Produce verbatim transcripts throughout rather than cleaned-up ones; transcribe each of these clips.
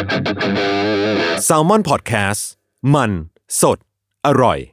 Salmon Podcast มันสดอร่อย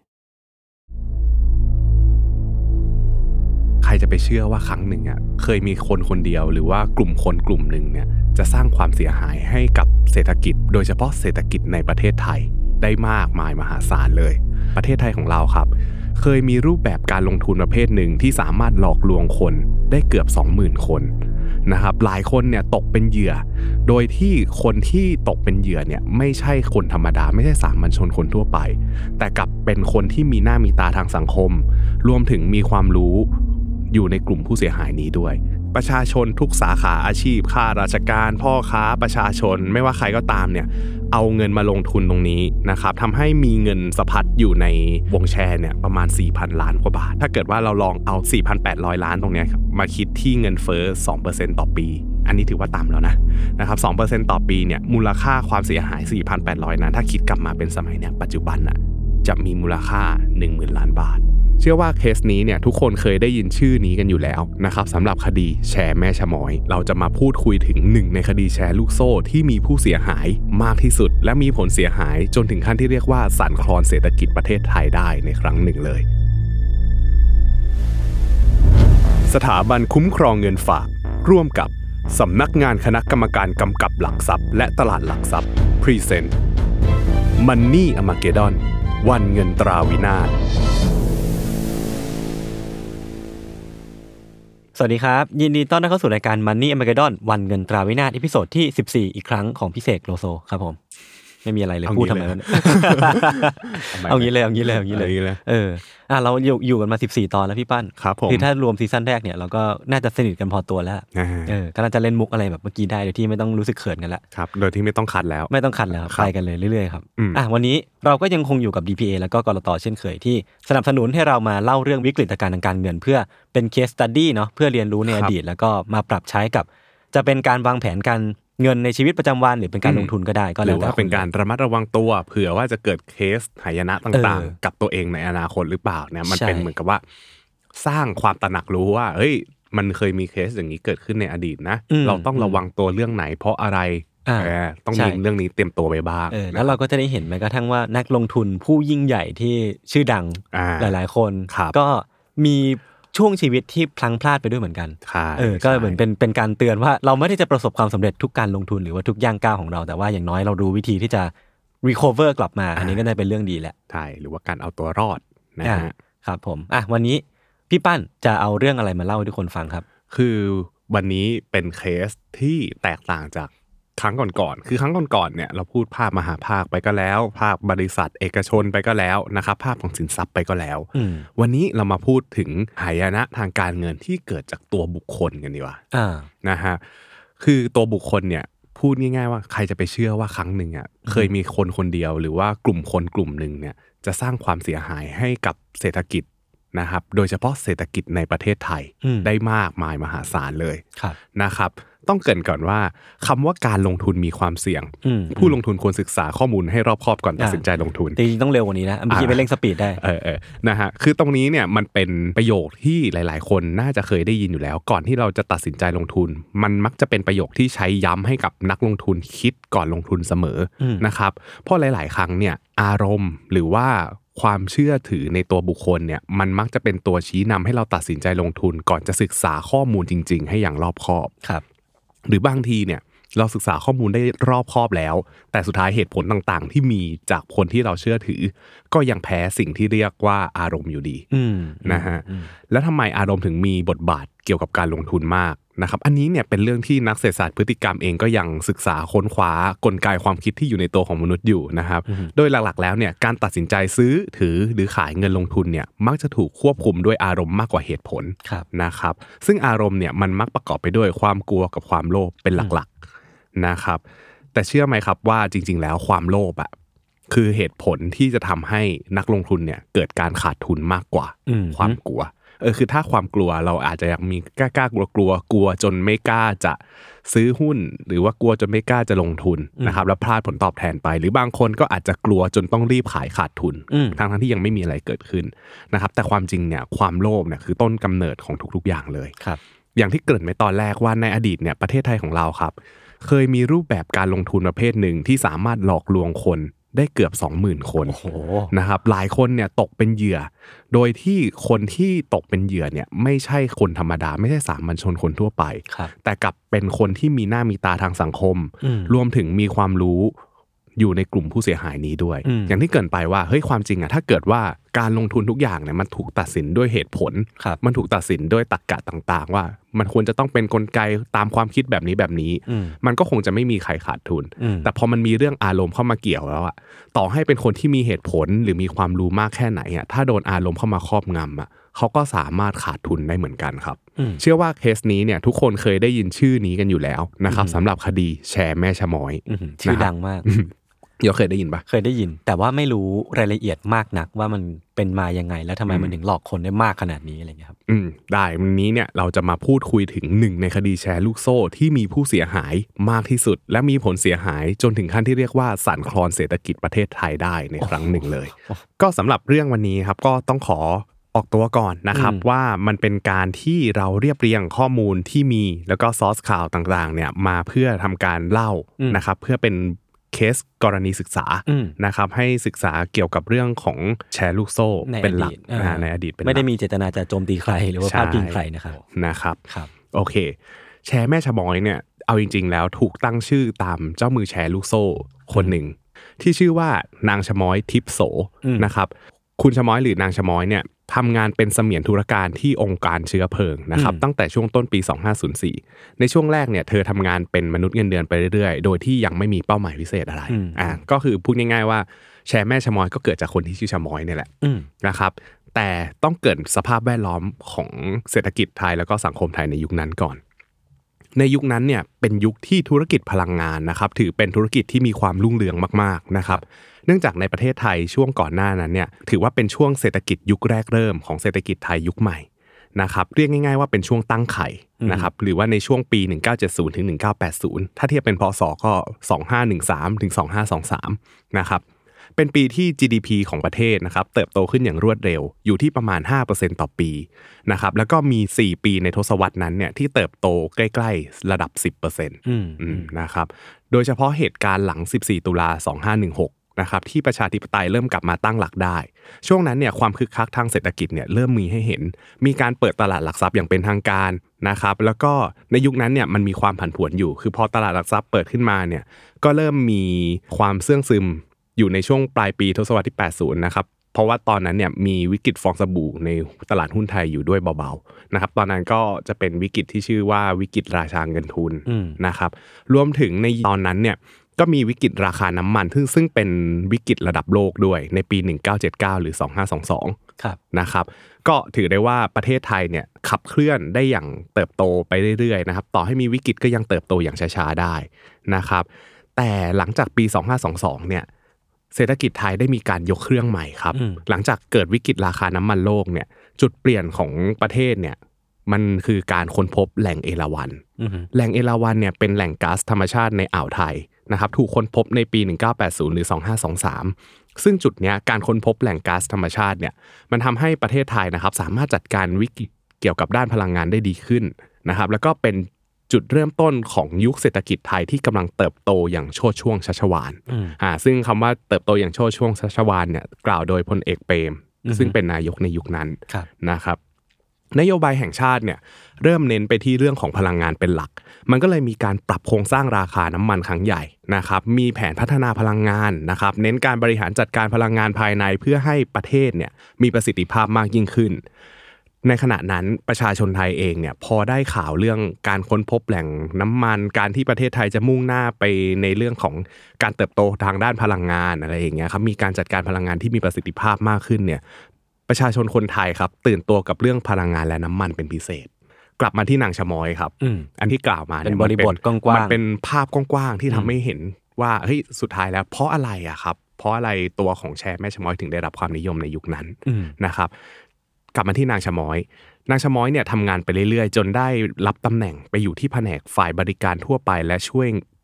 ใครจะไปเชื่อว่าครั้งหนึ่งอ่ะเคยมีคนคนเดียวหรือว่ากลุ่มคนกลุ่มหนึ่งเนี่ยจะสร้างความเสียหายให้กับเศรษฐกิจโดยเฉพาะเศรษฐกิจในประเทศไทยได้มากมายมหาศาลเลยประเทศไทยของเราครับเคยมีรูปแบบการลงทุนประเภทหนึ่งที่สามารถหลอกลวงคนได้เกือบ สองหมื่น คนนะครับหลายคนเนี่ยตกเป็นเหยื่อโดยที่คนที่ตกเป็นเหยื่อเนี่ยไม่ใช่คนธรรมดาไม่ใช่สามัญชนคนทั่วไปแต่กลับเป็นคนที่มีหน้ามีตาทางสังคมรวมถึงมีความรู้อยู่ในกลุ่มผู้เสียหายนี้ด้วยประชาชนทุกสาขาอาชีพข้าราชการพ่อค้าประชาชนไม่ว่าใครก็ตามเนี่ยเอาเงินมาลงทุนตรงนี้นะครับทำให้มีเงินสะพัดอยู่ในวงแชร์เนี่ยประมาณ สี่พัน ล้านกว่าบาทถ้าเกิดว่าเราลองเอา สี่พันแปดร้อย ล้านตรงนี้ครับมาคิดที่เงินเฟ้อ สองเปอร์เซ็นต์ ต่อปีอันนี้ถือว่าต่ำแล้วนะนะครับ สองเปอร์เซ็นต์ ต่อปีเนี่ยมูลค่าความเสียหาย สี่พันแปดร้อย นั้นถ้าคิดกลับมาเป็นสมัยเนี่ยปัจจุบันน่ะจะมีมูลค่า หนึ่งหมื่น ล้านบาทเชื่อว่าเคสนี้เนี่ยทุกคนเคยได้ยินชื่อนี้กันอยู่แล้วนะครับสำหรับคดีแชร์แม่ชะม้อยเราจะมาพูดคุยถึงหนึ่งในคดีแชร์ลูกโซ่ที่มีผู้เสียหายมากที่สุดและมีผลเสียหายจนถึงขั้นที่เรียกว่าสั่นคลอนเศรษฐกิจประเทศไทยได้ในครั้งหนึ่งเลยสถาบันคุ้มครองเงินฝากร่วมกับสำนักงานคณะกรรมการกำกับหลักทรัพย์และตลาดหลักทรัพย์ Present Money Armageddon วันเงินตราวินาศสวัสดีครับยินดีต้อนรับเข้าสู่รายการ Money Armageddon วันเงินตราวินาศ อีพิโซดที่สิบสี่อีกครั้งของพี่เสกโลโซครับผมไม่มีอะไรเลยพูดทำไมวะเนี่ยเอางี้เลยเอางี้เลยเอางี้เลยเอออ่ะเราอยู่อยู่กันมาสิบสี่ตอนแล้วพี่ปั้นคือถ้ารวมซีซั่นแรกเนี่ยเราก็น่าจะสนิทกันพอตัวแล้วเออก็น่าจะเล่นมุกอะไรแบบเมื่อกี้ได้โดยที่ไม่ต้องรู้สึกเขินกันละครับโดยที่ไม่ต้องคัดแล้วไม่ต้องคัดแล้วไปกันเลยเรื่อยๆครับอ่ะวันนี้เราก็ยังคงอยู่กับ ดี พี เอ แล้วก็กลต.เช่นเคยที่สนับสนุนให้เรามาเล่าเรื่องวิกฤตการณ์ทางการเงินเพื่อเป็นเคสสตั๊ดดี้เนาะเพื่อเรียนรู้ในอดีตแล้วก็มาปรับใช้กับจะเป็นการวางแผนการเงินในชีวิตประจำวันหรือเป็นการลงทุนก็ได้ก็แล้วแต่หรือว่าเป็นการระมัดระวังตัวเผื่อว่าจะเกิดเคสหายนะต่างๆกับตัวเองในอนาคตหรือเปล่าเนี่ยมันเป็นเหมือนกับว่าสร้างความตระหนักรู้ว่าเฮ้ยมันเคยมีเคสอย่างนี้เกิดขึ้นในอดีตนะเราต้องระวังตัวเรื่องไหนเพราะอะไรต้องมีเรื่องนี้เตรียมตัวไว้บ้างแล้วเราก็จะได้เห็นแม้กระทั่งว่านักลงทุนผู้ยิ่งใหญ่ที่ชื่อดังหลายๆคนก็มีช่วงชีวิตที่พลั้งพลาดไปด้วยเหมือนกันเออก็เหมือนเป็นเป็นการเตือนว่าเราไม่ได้จะประสบความสำเร็จทุกการลงทุนหรือว่าทุกย่างก้าวของเราแต่ว่าอย่างน้อยเรารู้วิธีที่จะ recover กลับมาอันนี้ก็ได้เป็นเรื่องดีแหละใช่หรือว่าการเอาตัวรอดนะฮะครับผมอ่ะวันนี้พี่ปั้นจะเอาเรื่องอะไรมาเล่าให้ทุกคนฟังครับคือวันนี้เป็นเคสที่แตกต่างจากครั้งก่อนๆคือครั้งก่อนๆเนี่ยเราพูดภาคมหาภาคไปก็แล้วภาคบริษัทเอกชนไปก็แล้วนะครับภาคของสินทรัพย์ไปก็แล้ววันนี้เรามาพูดถึงหายนะทางการเงินที่เกิดจากตัวบุคคลกันดีกว่านะฮะคือตัวบุคคลเนี่ยพูดง่ายๆว่าใครจะไปเชื่อว่าครั้งหนึ่งอ่ะเคยมีคนคนเดียวหรือว่ากลุ่มคนกลุ่มหนึ่งเนี่ยจะสร้างความเสียหายให้กับเศรษฐกิจนะครับโดยเฉพาะเศรษฐกิจในประเทศไทยได้มากมายมหาศาลเลยนะครับต้องเกริ่นก่อนว่าคำว่าการลงทุนมีความเสี่ยงผู้ลงทุนควรศึกษาข้อมูลให้รอบคอบก่อนตัดสินใจลงทุนจริงๆต้องเร็วกว่านี้นะเมื่อกี้ไปเร่งสปีดได้เออๆนะฮะคือตรงนี้เนี่ยมันเป็นประโยคที่หลายๆคนน่าจะเคยได้ยินอยู่แล้วก่อนที่เราจะตัดสินใจลงทุนมันมักจะเป็นประโยคที่ใช้ย้ำให้กับนักลงทุนคิดก่อนลงทุนเสมอนะครับเพราะหลายๆครั้งเนี่ยอารมณ์หรือว่าความเชื่อถือในตัวบุคคลเนี่ยมันมักจะเป็นตัวชี้นำให้เราตัดสินใจลงทุนก่อนจะศึกษาข้อมูลจริงๆให้อย่างรอบคอบครับหรือบางทีเนี่ยเราศึกษาข้อมูลได้รอบคอบแล้วแต่สุดท้ายเหตุผลต่างๆที่มีจากคนที่เราเชื่อถือก็ยังแพ้สิ่งที่เรียกว่าอารมณ์อยู่ดีนะฮะแล้วทำไมอารมณ์ถึงมีบทบาทเกี่ยวกับการลงทุนมากนะครับอันนี้เนี่ยเป็นเรื่องที่นักเศรษฐศาสตร์พฤติกรรมเองก็ยังศึกษาค้นคว้ากลไกความคิดที่อยู่ในตัวของมนุษย์อยู่นะครับโดยหลักๆแล้วเนี่ยการตัดสินใจซื้อถือหรือขายเงินลงทุนเนี่ยมักจะถูกควบคุมด้วยอารมณ์มากกว่าเหตุผลนะครับซึ่งอารมณ์เนี่ยมันมักประกอบไปด้วยความกลัวกับความโลภเป็นหลักๆนะครับแต่เชื่อไหมครับว่าจริงๆแล้วความโลภอะคือเหตุผลที่จะทำให้นักลงทุนเนี่ยเกิดการขาดทุนมากกว่าความกลัวเออคือถ้าความกลัวเราอาจจะอยากมีกล้ากลัวกลัวกลัวจนไม่กล้าจะซื้อหุ้นหรือว่ากลัวจนไม่กล้าจะลงทุนนะครับแล้วพลาดผลตอบแทนไปหรือบางคนก็อาจจะกลัวจนต้องรีบขายขาดทุนทั้งทั้งที่ยังไม่มีอะไรเกิดขึ้นนะครับแต่ความจริงเนี่ยความโลภเนี่ยคือต้นกำเนิดของทุกๆอย่างเลยครับอย่างที่เกริ่นไว้ตอนแรกว่าในอดีตเนี่ยประเทศไทยของเราครับเคยมีรูปแบบการลงทุนประเภทหนึ่งที่สามารถหลอกลวงคนได้เกือบ สองหมื่น คนนะครับหลายคนเนี่ยตกเป็นเหยื่อโดยที่คนที่ตกเป็นเหยื่อเนี่ยไม่ใช่คนธรรมดาไม่ใช่สามัญชนคนทั่วไปแต่กลับเป็นคนที่มีหน้ามีตาทางสังคมรวมถึงมีความรู้อยู่ในกลุ่มผู้เสียหายนี้ด้วย อ, อย่างที่เกริ่นไปว่าเฮ้ยความจริงอะถ้าเกิดว่าการลงทุนทุกอย่างเนี่ยมันถูกตัดสินด้วยเหตุผลมันถูกตัดสินด้วยตรรกะต่างๆว่ามันควรจะต้องเป็นกลไกตามความคิดแบบนี้แบบนี้มันก็คงจะไม่มีใครขาดทุนแต่พอมันมีเรื่องอารมณ์เข้ามาเกี่ยวแล้วอะต่อให้เป็นคนที่มีเหตุผลหรือมีความรู้มากแค่ไหนอะถ้าโดนอารมณ์เข้ามาครอบงำอะเขาก็สามารถขาดทุนได้เหมือนกันครับเชื่อว่าเคสนี้เนี่ยทุกคนเคยได้ยินชื่อนี้กันอยู่แล้วนะครับสำหรับคดีแชร์แม่ชะม้อยชื่อดังมากเดี๋ยวเคยได้ยินปะเคยได้ยินแต่ว่าไม่รู้รายละเอียดมากนักว่ามันเป็นมายังไงแล้วทำไมมันถึงหลอกคนได้มากขนาดนี้อะไรเงี้ยครับอืมได้วันนี้เนี่ยเราจะมาพูดคุยถึงหนึ่งในคดีแชร์ลูกโซ่ที่มีผู้เสียหายมากที่สุดและมีผลเสียหายจนถึงขั้นที่เรียกว่าสั่นคลอนเศรษฐกิจประเทศไทยได้ในครั้งหนึ่งเลยก็สำหรับเรื่องวันนี้ครับก็ต้องขอออกตัวก่อนนะครับว่ามันเป็นการที่เราเรียบเรียงข้อมูลที่มีแล้วก็ซอร์สข่าวต่างๆเนี่ยมาเพื่อทำการเล่านะครับเพื่อเป็นเคสกรณีศึกษานะครับให้ศึกษาเกี่ยวกับเรื่องของแชร์ลูกโซ่เป็นหลักในอดีตเป็นไม่ได้มีเจตนาจะโจมตีใครหรือว่าพาดพิงใครนะครับนะครับโอเคแชร์แม่ชะม้อยเนี่ยเอาจริงๆแล้วถูกตั้งชื่อตามเจ้ามือแชร์ลูกโซ่คนหนึ่งที่ชื่อว่านางชะม้อยทิพโสนะครับคุณชะม้อยหรือนางชะม้อยเนี่ยทำงานเป็นเสมียนธุรการที่องค์การเชื้อเพลิงนะครับตั้งแต่ช่วงต้นปีสองพันห้าร้อยสี่ในช่วงแรกเนี่ยเธอทำงานเป็นมนุษย์เงินเดือนไปเรื่อยๆโดยที่ยังไม่มีเป้าหมายพิเศษอะไรอ่าก็คือพูดง่ายๆว่าแชร์แม่ชะม้อยก็เกิดจากคนที่ชื่อชะม้อยนี่แหละนะครับแต่ต้องเกิดสภาพแวดล้อมของเศรษฐกิจไทยแล้วก็สังคมไทยในยุคนั้นก่อนในยุคนั้นเนี่ยเป็นยุคที่ธุรกิจพลังงานนะครับถือเป็นธุรกิจที่มีความรุ่งเรืองมากๆนะครับเนื่องจากในประเทศไทยช่วงก่อนหน้านั้นเนี่ยถือว่าเป็นช่วงเศรษฐกิจยุคแรกเริ่มของเศรษฐกิจไทยยุคใหม่นะครับเรียกง่ายๆว่าเป็นช่วงตั้งไข่นะครับหรือว่าในช่วงปีหนึ่งพันเก้าร้อยเจ็ดสิบถึงหนึ่งพันเก้าร้อยแปดสิบถ้าเทียบเป็นพศก็สองพันห้าร้อยสิบสามถึงสองพันห้าร้อยยี่สิบสามนะครับเป็นปีที่ จี ดี พี ของประเทศนะครับเติบโตขึ้นอย่างรวดเร็วอยู่ที่ประมาณ ห้าเปอร์เซ็นต์ ต่อปีนะครับแล้วก็มีสี่ปีในทศวรรษนั้นเนี่ยที่เติบโตใกล้ๆระดับ สิบเปอร์เซ็นต์ อืมอืมนะครับโดยเฉพาะเหตุการณ์หลังสิบสี่ตุลาสองพันห้าร้อยสิบหกนะครับที่ประชาธิปไตยเริ่มกลับมาตั้งหลักได้ช่วงนั้นเนี่ยความคึกคักทางเศรษฐกิจเนี่ยเริ่มมีให้เห็นมีการเปิดตลาดหลักทรัพย์อย่างเป็นทางการนะครับแล้วก็ในยุคนั้นเนี่ยมันมีความผันผวนอยู่คือพอตลาดหลักทรัพย์เปิดขึ้นมาเนี่ยก็เริ่มมีความเสื่องซึมอยู่ในช่วงปลายปีทศวรรษที่แปดสิบนะครับเพราะว่าตอนนั้นเนี่ยมีวิกฤตฟองสบู่ในตลาดหุ้นไทยอยู่ด้วยเบาๆนะครับตอนนั้นก็จะเป็นวิกฤตที่ชื่อว่าวิกฤตราชาเงินทุนนะครับรวมถึงในตอนนั้นเนี่ยก็มีวิกฤตราคาน้ำมันซึ่งซึ่งเป็นวิกฤตระดับโลกด้วยในปีหนึ่งพันเก้าร้อยเจ็ดสิบเก้าหรือสองพันห้าร้อยยี่สิบสองครับนะครับก็ถือได้ว่าประเทศไทยเนี่ยขับเคลื่อนได้อย่างเติบโตไปเรื่อยๆนะครับต่อให้มีวิกฤตก็ยังเติบโตอย่างช้าๆได้นะครับแต่หลังจากปีสองพันห้าร้อยยี่สิบสองเนี่ยเศรษฐกิจไทยได้มีการยกเครื่องใหม่ครับหลังจากเกิดวิกฤตราคาน้ำมันโลกเนี่ยจุดเปลี่ยนของประเทศเนี่ยมันคือการค้นพบแหล่งเอราวัณแหล่งเอราวัณเนี่ยเป็นแหล่งก๊าซธรรมชาติในอ่าวไทยนะครับถูกค้นพบในปีหนึ่งพันเก้าร้อยแปดสิบหรือสองพันห้าร้อยยี่สิบสามซึ่งจุดเนี้ยการค้นพบแหล่งก๊าซธรรมชาติเนี่ยมันทำให้ประเทศไทยนะครับสามารถจัดการวิกฤตเกี่ยวกับด้านพลังงานได้ดีขึ้นนะครับแล้วก็เป็นจุดเริ่มต้นของยุคเศรษฐกิจไทยที่กำลังเติบโตอย่างโชติช่วงชัชวาลอ่าซึ่งคำว่าเติบโตอย่างโชติช่วงชัชวาลเนี่ยกล่าวโดยพลเอกเปรมซึ่งเป็นนายกในยุคนั้นนะครับนโยบายแห่งชาติเนี่ยเริ่มเน้นไปที่เรื่องของพลังงานเป็นหลักมันก็เลยมีการปรับโครงสร้างราคาน้ำมันครั้งใหญ่นะครับมีแผนพัฒนาพลังงานนะครับเน้นการบริหารจัดการพลังงานภายในเพื่อให้ประเทศเนี่ยมีประสิทธิภาพมากยิ่งขึ้นในขณะนั้นประชาชนไทยเองเนี่ยพอได้ข่าวเรื่องการค้นพบแหล่งน้ำมันการที่ประเทศไทยจะมุ่งหน้าไปในเรื่องของการเติบโตทางด้านพลังงานอะไรอย่างเงี้ยครับมีการจัดการพลังงานที่มีประสิทธิภาพมากขึ้นเนี่ยประชาชนคนไทยครับตื่นตัวกับเรื่องพลังงานและน้ำมันเป็นพิเศษกลับมาที่นางชะม้อยครับ อ, อันที่กล่าวมาเป็นบริบทกว้างๆมันเป็นภาพกว้างๆที่ทำให้เห็นว่าเฮ้ยสุดท้ายแล้วเพราะอะไรอะครับเพราะอะไรตัวของแชร์แม่ชะม้อยถึงได้รับความนิยมในยุคนั้นนะครับกลับมาที่นางชะม้อยนางชะม้อยเนี่ยทำงานไปเรื่อยๆจนได้รับตำแหน่งไปอยู่ที่แผนกฝ่ายบริการทั่วไปและช่วย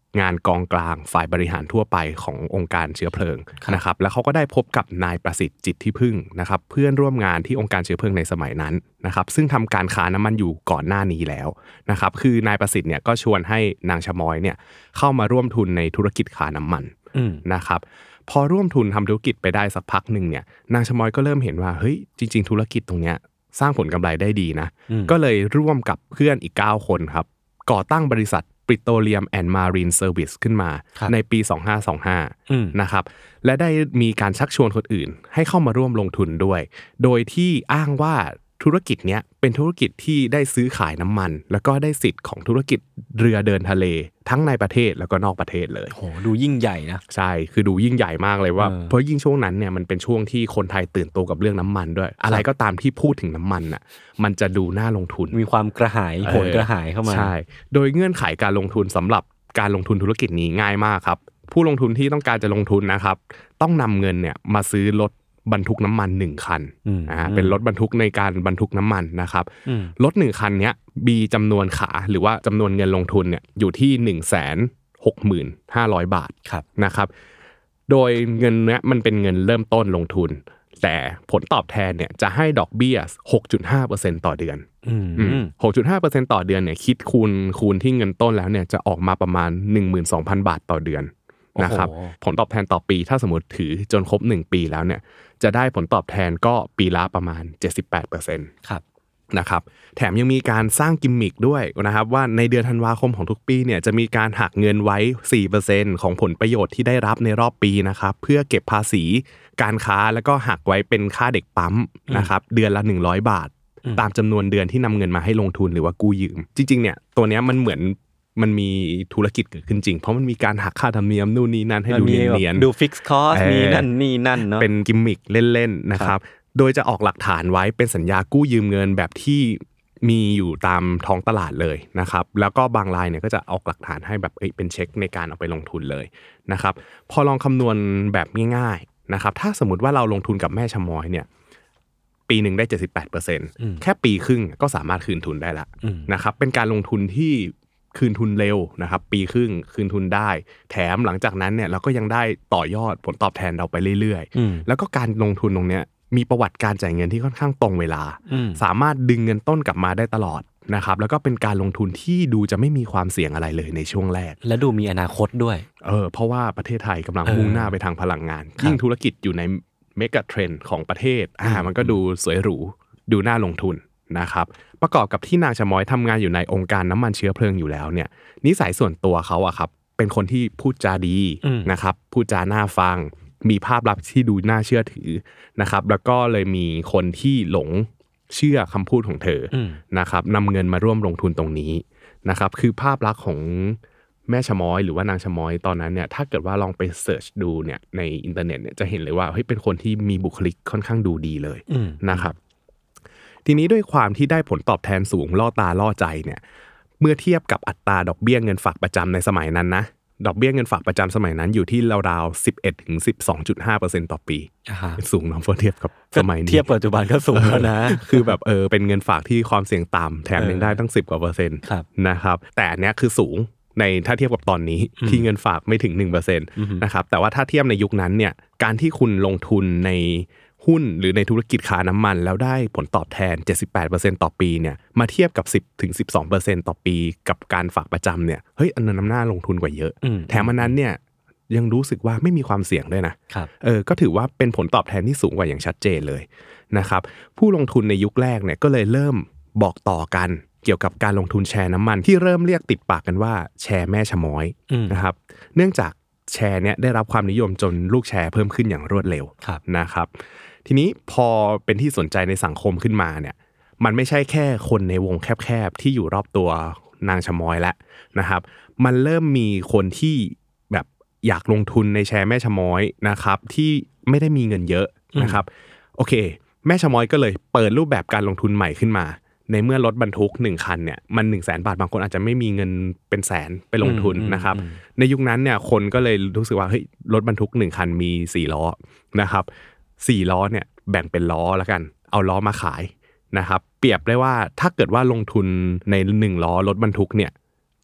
งานกองกลางฝ่ายบริหารทั่วไปขององค์การเชื้อเพลิงนะครับแล้วเขาก็ได้พบกับนายประสิทธิ์จิตที่พึ่งนะครับเพื่อนร่วมงานที่องค์การเชื้อเพลิงในสมัยนั้นนะครับซึ่งทำการค้าน้ำมันอยู่ก่อนหน้านี้แล้วนะครับคือนายประสิทธิ์เนี่ยก็ชวนให้นางชะม้อยเนี่ยเข้ามาร่วมทุนในธุรกิจค้าน้ำมันนะครับพอร่วมทุนทำธุรกิจไปได้สักพักหนึ่งเนี่ยนางชะม้อยก็เริ่มเห็นว่าเฮ้ยจริงๆธุรกิจตรงเนี้ยสร้างผลกำไรได้ดีนะก็เลยร่วมกับเพื่อนอีกเก้าคนครับก่อตั้งบริษัทPetroleum and Marine Service ขึ้นมาในปีสองพันห้าร้อยยี่สิบห้านะครับและได้มีการชักชวนคนอื่นให้เข้ามาร่วมลงทุนด้วยโดยที่อ้างว่าธุรกิจเนี้ยเป็นธุรกิจที่ได้ซื้อขายน้ำมันแล้วก็ได้สิทธิ์ของธุรกิจเรือเดินทะเลทั้งในประเทศแล้วก็นอกประเทศเลยโหดูยิ่งใหญ่นะใช่คือดูยิ่งใหญ่มากเลยว่าเพราะยิ่งช่วงนั้นเนี่ยมันเป็นช่วงที่คนไทยตื่นตัวกับเรื่องน้ำมันด้วยอะไรก็ตามที่พูดถึงน้ำมันน่ะมันจะดูน่าลงทุนมีความกระหายโหยกระหายเข้ามาใช่โดยเงื่อนไขการลงทุนสำหรับการลงทุนธุรกิจนี้ง่ายมากครับผู้ลงทุนที่ต้องการจะลงทุนนะครับต้องนำเงินเนี่ยมาซื้อรถบรรทุกน้ำมันหนึ่งคันอ่าเป็นรถบรรทุกในการบรรทุกน้ำมันนะครับรถหนึ่งคันเนี้ยมีจำนวนขาหรือว่าจำนวนเงินลงทุนเนี่ยอยู่ที่ หนึ่งแสนหกหมื่นห้าร้อย บาทนะครับโดยเงินเนี้ยมันเป็นเงินเริ่มต้นลงทุนแต่ผลตอบแทนเนี่ยจะให้ดอกเบี้ย หกจุดห้าเปอร์เซ็นต์ ต่อเดือน หกจุดห้าเปอร์เซ็นต์ ต่อเดือนเนี่ยคิดคูณคูณที่เงินต้นแล้วเนี่ยจะออกมาประมาณ หนึ่งหมื่นสองพัน บาทต่อเดือนนะครับผลตอบแทนต่อปีถ้าสมมุติถือจนครบหนึ่งปีแล้วเนี่ยจะได้ผลตอบแทนก็ปีละประมาณ เจ็ดสิบแปดเปอร์เซ็นต์ครับนะครับแถมยังมีการสร้างกิมมิคด้วยนะครับว่าในเดือนธันวาคมของทุกปีเนี่ยจะมีการหักเงินไว้ สี่เปอร์เซ็นต์ ของผลประโยชน์ที่ได้รับในรอบปีนะครับเพื่อเก็บภาษีการค้าแล้วก็หักไว้เป็นค่าเด็กปั๊มนะครับเดือนละหนึ่งร้อยบาทตามจำนวนเดือนที่นำเงินมาให้ลงทุนหรือว่ากู้ยืมจริงๆเนี่ยตัวเนี้ยมันเหมือนมันมีธุรกิจเกิดขึ้นจริงเพราะมันมีการหักค่าธรรมเนียมนู่นนี่นั่นให้ดูเนียนๆดูฟิกซ์คอสมีนั่นนี่นั่นเนาะเป็นกิมมิคเล่นๆนะครับโดยจะออกหลักฐานไว้เป็นสัญญากู้ยืมเงินแบบที่มีอยู่ตามท้องตลาดเลยนะครับแล้วก็บางรายเนี่ยก็จะออกหลักฐานให้แบบเอ้ยเป็นเช็คในการเอาไปลงทุนเลยนะครับพอลองคำนวณแบบง่ายๆนะครับถ้าสมมุติว่าเราลงทุนกับแม่ชะม้อยเนี่ยปีนึงได้ เจ็ดสิบแปดเปอร์เซ็นต์ แค่ปีครึ่งก็สามารถคืนทุนได้ละนะครับเป็นการลงทุนที่คืนทุนเร็วนะครับปีครึ่งคืนทุนได้แถมหลังจากนั้นเนี่ยเราก็ยังได้ต่อยอดผลตอบแทนเราไปเรื่อยๆแล้วก็การลงทุนตรงเนี้ยมีประวัติการจ่ายเงินที่ค่อนข้างตรงเวลาสามารถดึงเงินต้นกลับมาได้ตลอดนะครับแล้วก็เป็นการลงทุนที่ดูจะไม่มีความเสี่ยงอะไรเลยในช่วงแรกและดูมีอนาคตด้วยเออเพราะว่าประเทศไทยกำลังมุ่งหน้าไปทางพลังงานยิ่งธุรกิจอยู่ในเมกะเทรนด์ของประเทศอ่ามันก็ดูสวยหรูดูน่าลงทุนนะครับประกอบกับที่นางชะม้อยทำงานอยู่ในองค์การน้ำมันเชื้อเพลิงอยู่แล้วเนี่ยนิสัยส่วนตัวเขาอะครับเป็นคนที่พูดจาดีนะครับพูดจาน่าฟังมีภาพลักษณ์ที่ดูน่าเชื่อถือนะครับแล้วก็เลยมีคนที่หลงเชื่อคำพูดของเธอนะครับนำเงินมาร่วมลงทุนตรงนี้นะครับคือภาพลักษณ์ของแม่ชะม้อยหรือว่านางชะม้อยตอนนั้นเนี่ยถ้าเกิดว่าลองไปเสิร์ชดูเนี่ยในอินเทอร์เน็ตเนี่ยจะเห็นเลยว่าเฮ้ยเป็นคนที่มีบุคลิกค่อนข้างดูดีเลยนะครับทีนี้ด้วยความที่ได้ผลตอบแทนสูงล่อตาล่อใจเนี่ยเมื่อเทียบกับอัตราดอกเบี้ยเงินฝากประจำในสมัยนั้นนะดอกเบี้ยเงินฝากประจำสมัยนั้นอยู่ที่ราวๆ สิบเอ็ดถึงสิบสองจุดห้าเปอร์เซ็นต์ ต่อปีสูงเนาะเทียบกับสมัยนี้เทียบปัจจุบันก็สูงแล้วนะคือแบบเออเป็นเงินฝากที่ความเสี่ยงต่ำแถมยังได้ตั้งสิบกว่าเปอร์เซ็นต์นะครับแต่อันเนี้ยคือสูงในถ้าเทียบกับตอนนี้ที่เงินฝากไม่ถึง หนึ่งเปอร์เซ็นต์ นะครับแต่ว่าถ้าเทียบในยุคนั้นเนี่ยการที่คุณลงทุนในหุ้นหรือในธุรกิจค้าน้ำมันแล้วได้ผลตอบแทน เจ็ดสิบแปดเปอร์เซ็นต์ ต่อปีเนี่ยมาเทียบกับ สิบถึงสิบสองเปอร์เซ็นต์ ต่อปีกับการฝากประจำเนี่ยเฮ้ยอันนั้นน้ำหน้าลงทุนกว่าเยอะแถมอันนั้นเนี่ยยังรู้สึกว่าไม่มีความเสี่ยงด้วยนะเออก็ถือว่าเป็นผลตอบแทนที่สูงกว่าอย่างชัดเจนเลยนะครับผู้ลงทุนในยุคแรกเนี่ยก็เลยเริ่มบอกต่อกันเกี่ยวกับการลงทุนแชร์น้ำมันที่เริ่มเรียกติดปากกันว่าแชร์แม่ชะม้อยนะครับเนื่องจากแชร์เนี่ยได้รับความนิยมจนลูกแชร์เพิ่มขึ้นอย่างรวดเร็วนะครับทีนี้พอเป็นที่สนใจในสังคมขึ้นมาเนี่ยมันไม่ใช่แค่คนในวงแคบๆที่อยู่รอบตัวนางชะม้อยแล้วนะครับมันเริ่มมีคนที่แบบอยากลงทุนในแชร์แม่ชะม้อยนะครับที่ไม่ได้มีเงินเยอะนะครับโอเคแม่ชะม้อยก็เลยเปิดรูปแบบการลงทุนใหม่ขึ้นมาในเมื่อรถบรรทุกหนึ่งคันเนี่ยมัน หนึ่งแสน บาทบางคนอาจจะไม่มีเงินเป็นแสนไปลงทุนนะครับในยุคนั้นเนี่ยคนก็เลยรู้สึกว่าเฮ้ยรถบรรทุกหนึ่งคันมีสี่ล้อนะครับสี่ล้อเนี่ยแบ่งเป็นล้อแล้วกันเอาล้อมาขายนะครับเปรียบได้ว่าถ้าเกิดว่าลงทุนในหนึ่งล้อรถบรรทุกเนี่ยโ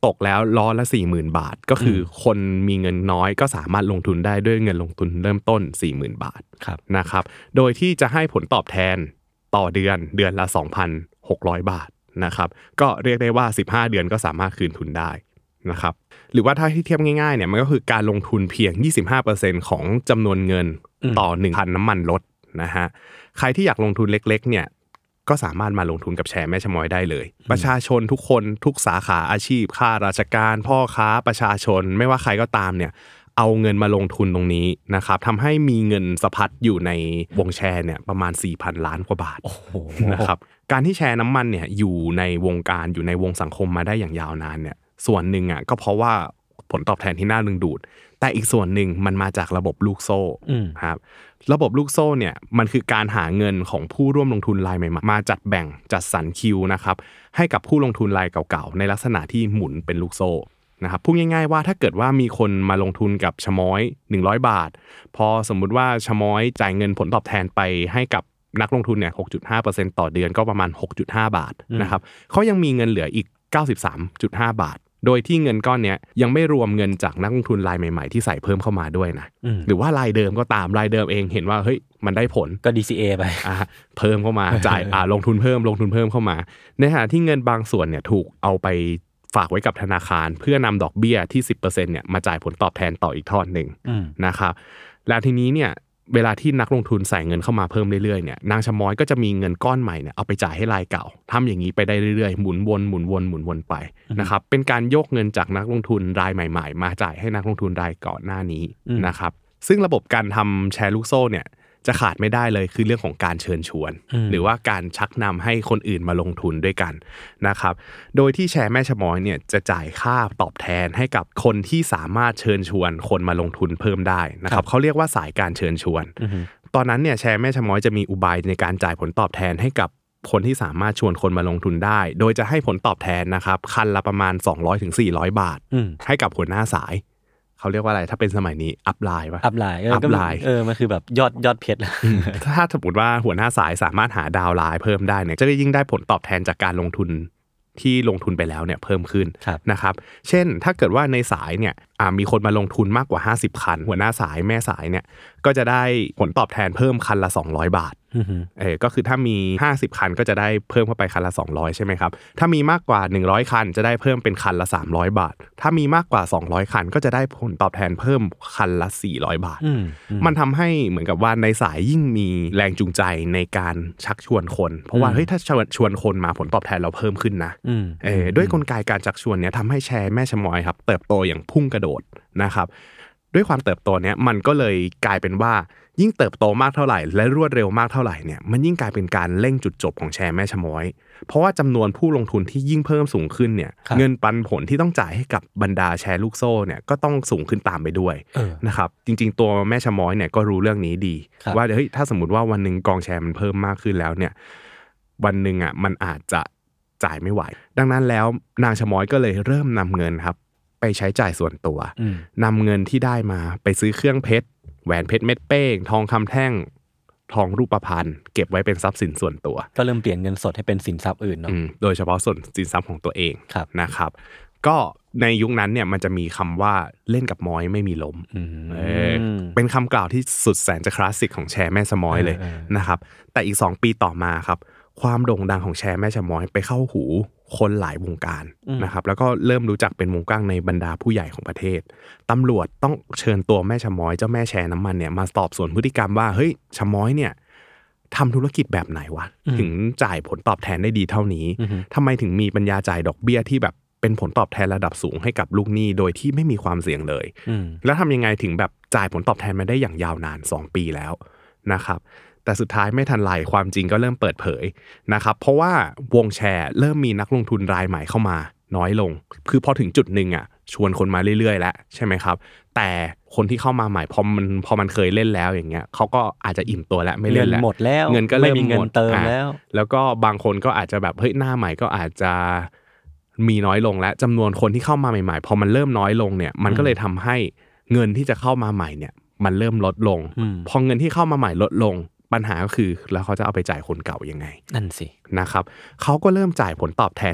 ตกแล้วล้อละ สี่หมื่น บาทก็คือคนมีเงินน้อยก็สามารถลงทุนได้ด้วยเงินลงทุนเริ่มต้น สี่หมื่น บาทนะครับโดยที่จะให้ผลตอบแทนต่อเดือนเดือนละ สองพันหกร้อย บาทนะครับก็เรียกได้ว่าสิบห้าเดือนก็สามารถคืนทุนได้นะครับหรือว่าถ้าที่เทียบง่ายๆเนี่ยมันก็คือการลงทุนเพียง ยี่สิบห้าเปอร์เซ็นต์ ของจำนวนเงินต่อ หนึ่งพัน น้ำมันรถนะฮะใครที่อยากลงทุนเล็กๆเนี่ยก็สามารถมาลงทุนกับแชร์แม่ชะม้อยได้เลยประชาชนทุกคนทุกสาขาอาชีพข้าราชการพ่อค้าประชาชนไม่ว่าใครก็ตามเนี่ยเอาเงินมาลงทุนตรงนี้นะครับทำให้มีเงินสะพัดอยู่ในวงแชร์เนี่ยประมาณ สี่พัน ล้านกว่าบาทนะครับการที่แชร์น้ำมันเนี่ยอยู่ในวงการอยู่ในวงสังคมมาได้อย่างยาวนานเนี่ยส่วนหนึ่งอ่ะก็เพราะว่าผลตอบแทนที่น่าดึงดูดแต่อีกส่วนหนึ่งมันมาจากระบบลูกโซ่ครับระบบลูกโซ่เนี่ยมันคือการหาเงินของผู้ร่วมลงทุนรายใหม่ๆมาจัดแบ่งจัดสรรคิวนะครับให้กับผู้ลงทุนรายเก่าๆในลักษณะที่หมุนเป็นลูกโซ่นะครับพูดง่ายๆว่าถ้าเกิดว่ามีคนมาลงทุนกับชะม้อยหนึ่งร้อยบาทพอสมมุติว่าชะม้อยจ่ายเงินผลตอบแทนไปให้กับนักลงทุนเนี่ย หกจุดห้าเปอร์เซ็นต์ ต่อเดือนก็ประมาณ หกจุดห้า บาทนะครับเขายังมีเงินเหลืออีก เก้าสิบสามจุดห้า บาทโดยที่เงินก้อนนี้ยังไม่รวมเงินจากนักลงทุนรายใหม่ๆที่ใส่เพิ่มเข้ามาด้วยนะหรือว่ารายเดิมก็ตามรายเดิมเองเห็นว่าเฮ้ยมันได้ผลก็ ดี ซี เอ ไปอ่าเพิ่มเข้ามาจ่ายอ่าลงทุนเพิ่มลงทุนเพิ่มเข้ามาในขณะที่เงินบางส่วนเนี่ยถูกเอาไปฝากไว้กับธนาคารเพื่อนำดอกเบี้ยที่ สิบเปอร์เซ็นต์ เนี่ยมาจ่ายผลตอบแทนต่ออีกทอดนึงนะครับแล้วทีนี้เนี่ยเวลาที่นักลงทุนใส่เงินเข้ามาเพิ่มเรื่อยๆเนี่ยนางชะม้อยก็จะมีเงินก้อนใหม่เนี่ยเอาไปจ่ายให้รายเก่าทำอย่างนี้ไปได้เรื่อยๆหมุนวนหมุนวนหมุนวนไปนะครับเป็นการโยกเงินจากนักลงทุนรายใหม่ๆมาจ่ายให้นักลงทุนรายก่อนหน้านี้นะครับซึ่งระบบการทำแชร์ลูกโซ่เนี่ยจะขาดไม่ได้เลยคือเรื่องของการเชิญชวนหรือว่าการชักนำให้คนอื่นมาลงทุนด้วยกันนะครับโดยที่แชร์แม่ชะม้อยเนี่ยจะจ่ายค่าตอบแทนให้กับคนที่สามารถเชิญชวนคนมาลงทุนเพิ่มได้นะครับเขาเรียกว่าสายการเชิญชวนตอนนั้นเนี่ยแชร์แม่ชะม้อยจะมีอุบายในการจ่ายผลตอบแทนให้กับคนที่สามารถชวนคนมาลงทุนได้โดยจะให้ผลตอบแทนนะครับคันละประมาณ สองร้อยถึงสี่ร้อย บาทให้กับหัวหน้าสายเขาเรียกว่าอะไรถ้าเป็นสมัยนี้อัพไลน์ป่ะอัพไลน์อัพไลน์เออมันคือแบบยอดยอดเพชรถ้าสมมติว่าหัวหน้าสายสามารถหาดาวไลน์เพิ่มได้เนี่ยจะได้ยิ่งได้ผลตอบแทนจากการลงทุนที่ลงทุนไปแล้วเนี่ยเพิ่มขึ้นนะครับเช่นถ้าเกิดว่าในสายเนี่ยมีคนมาลงทุนมากกว่าห้าสิบคันหัวหน้าสายแม่สายเนี่ยก็จะได้ผลตอบแทนเพิ่มคันละสองร้อยบาทเออก็คือถ้ามีห้าสิบคันก็จะได้เพิ่มเข้าไปคันละสองร้อยใช่ไหมครับถ้ามีมากกว่าหนึ่งร้อยคันจะได้เพิ่มเป็นคันละสามร้อยบาทถ้ามีมากกว่าสองร้อยคันก็จะได้ผลตอบแทนเพิ่มคันละสี่ร้อยบาทมันทำให้เหมือนกับว่าในสายยิ่งมีแรงจูงใจในการชักชวนคนเพราะว่าเฮ้ยถ้าชวนคนมาผลตอบแทนเราเพิ่มขึ้นนะเออด้วยกลไกการชักชวนเนี้ยทำให้แชร์แม่ชะม้อยครับเติบโตอย่างพุ่งกระโดดนะครับด้วยความเติบโตเนี้ยมันก็เลยกลายเป็นว่ายิ่งเติบโตมากเท่าไหร่และรวดเร็วมากเท่าไหร่เนี่ยมันยิ่งกลายเป็นการเร่งจุดจบของแชร์แม่ชะม้อยเพราะว่าจำนวนผู้ลงทุนที่ยิ่งเพิ่มสูงขึ้นเนี่ยเงินปันผลที่ต้องจ่ายให้กับบรรดาแชร์ลูกโซ่เนี่ยก็ต้องสูงขึ้นตามไปด้วยนะครับจริงๆตัวแม่ชะม้อยเนี่ยก็รู้เรื่องนี้ดีว่าเฮ้ยถ้าสมมติว่าวันนึงกองแชร์มันเพิ่มมากขึ้นแล้วเนี่ยวันนึงอ่ะมันอาจจะจ่ายไม่ไหวดังนั้นแล้วนางชะม้อยก็เลยเริ่มนำเงินครับไปใช้จ่ายส่วนตัวนำเงินที่ได้มาไปซื้อเครื่องเพชรแหวนเพชรเม็ดเป้งทองคำแท่งทองรูปพรรณเก็บไว้เป็นทรัพย์สินส่วนตัวก็เริ่มเปลี่ยนเงินสดให้เป็นสินทรัพย์อื่นเนาะโดยเฉพาะส่วนสินทรัพย์ของตัวเองนะครับก็ในยุคนั้นเนี่ยมันจะมีคำว่าเล่นกับม้อยไม่มีล้มเออเป็นคำกล่าวที่สุดแสนจะคลาสสิกของแชร์แม่ชะม้อยเลยนะครับแต่อีกสองปีต่อมาครับความโด่งดังของแชร์แม่ชะม้อยไปเข้าหูคนหลายวงการนะครับแล้วก็เริ่มรู้จักเป็นวงกว้างในบรรดาผู้ใหญ่ของประเทศตำรวจต้องเชิญตัวแม่ชะม้อยเจ้าแม่แชร์น้ำมันเนี่ยมาสอบสวนพฤติกรรมว่าเฮ้ยชะม้อยเนี่ยทำธุรกิจแบบไหนวะถึงจ่ายผลตอบแทนได้ดีเท่านี้ทำไมถึงมีปัญญาจ่ายดอกเบี้ยที่แบบเป็นผลตอบแทนระดับสูงให้กับลูกหนี้โดยที่ไม่มีความเสี่ยงเลยแล้วทำยังไงถึงแบบจ่ายผลตอบแทนมาได้อย่างยาวนานสองปีแล้วนะครับแต่สุดท้ายไม่ทันไรความจริงก็เริ่มเปิดเผยนะครับเพราะว่าวงแชร์เริ่มมีนักลงทุนรายใหม่เข้ามาน้อยลงคือพอถึงจุดนึงอ่ะชวนคนมาเรื่อยๆแล้วใช่ไหมครับแต่คนที่เข้ามาใหม่พอมันพอมันเคยเล่นแล้วอย่างเงี้ยเขาก็อาจจะอิ่มตัวแล้วไม่เล่นแล้วหมดแล้วเงินก็เริ่มหมดเติมแล้วแล้วก็บางคนก็อาจจะแบบเฮ้ยหน้าใหม่ก็อาจจะมีน้อยลงแล้วจำนวนคนที่เข้ามาใหม่ๆพอมันเริ่มน้อยลงเนี่ยมันก็เลยทำให้เงินที่จะเข้ามาใหม่เนี่ยมันเริ่มลดลงพอเงินที่เข้ามาใหม่ลดลงปัญหาก็คือแล้วเขาจะเอาไปจ่ายคนเก่ายังไงนั่นสินะครับเขาก็เริ่มจ่ายผลตอบแทนให้กับ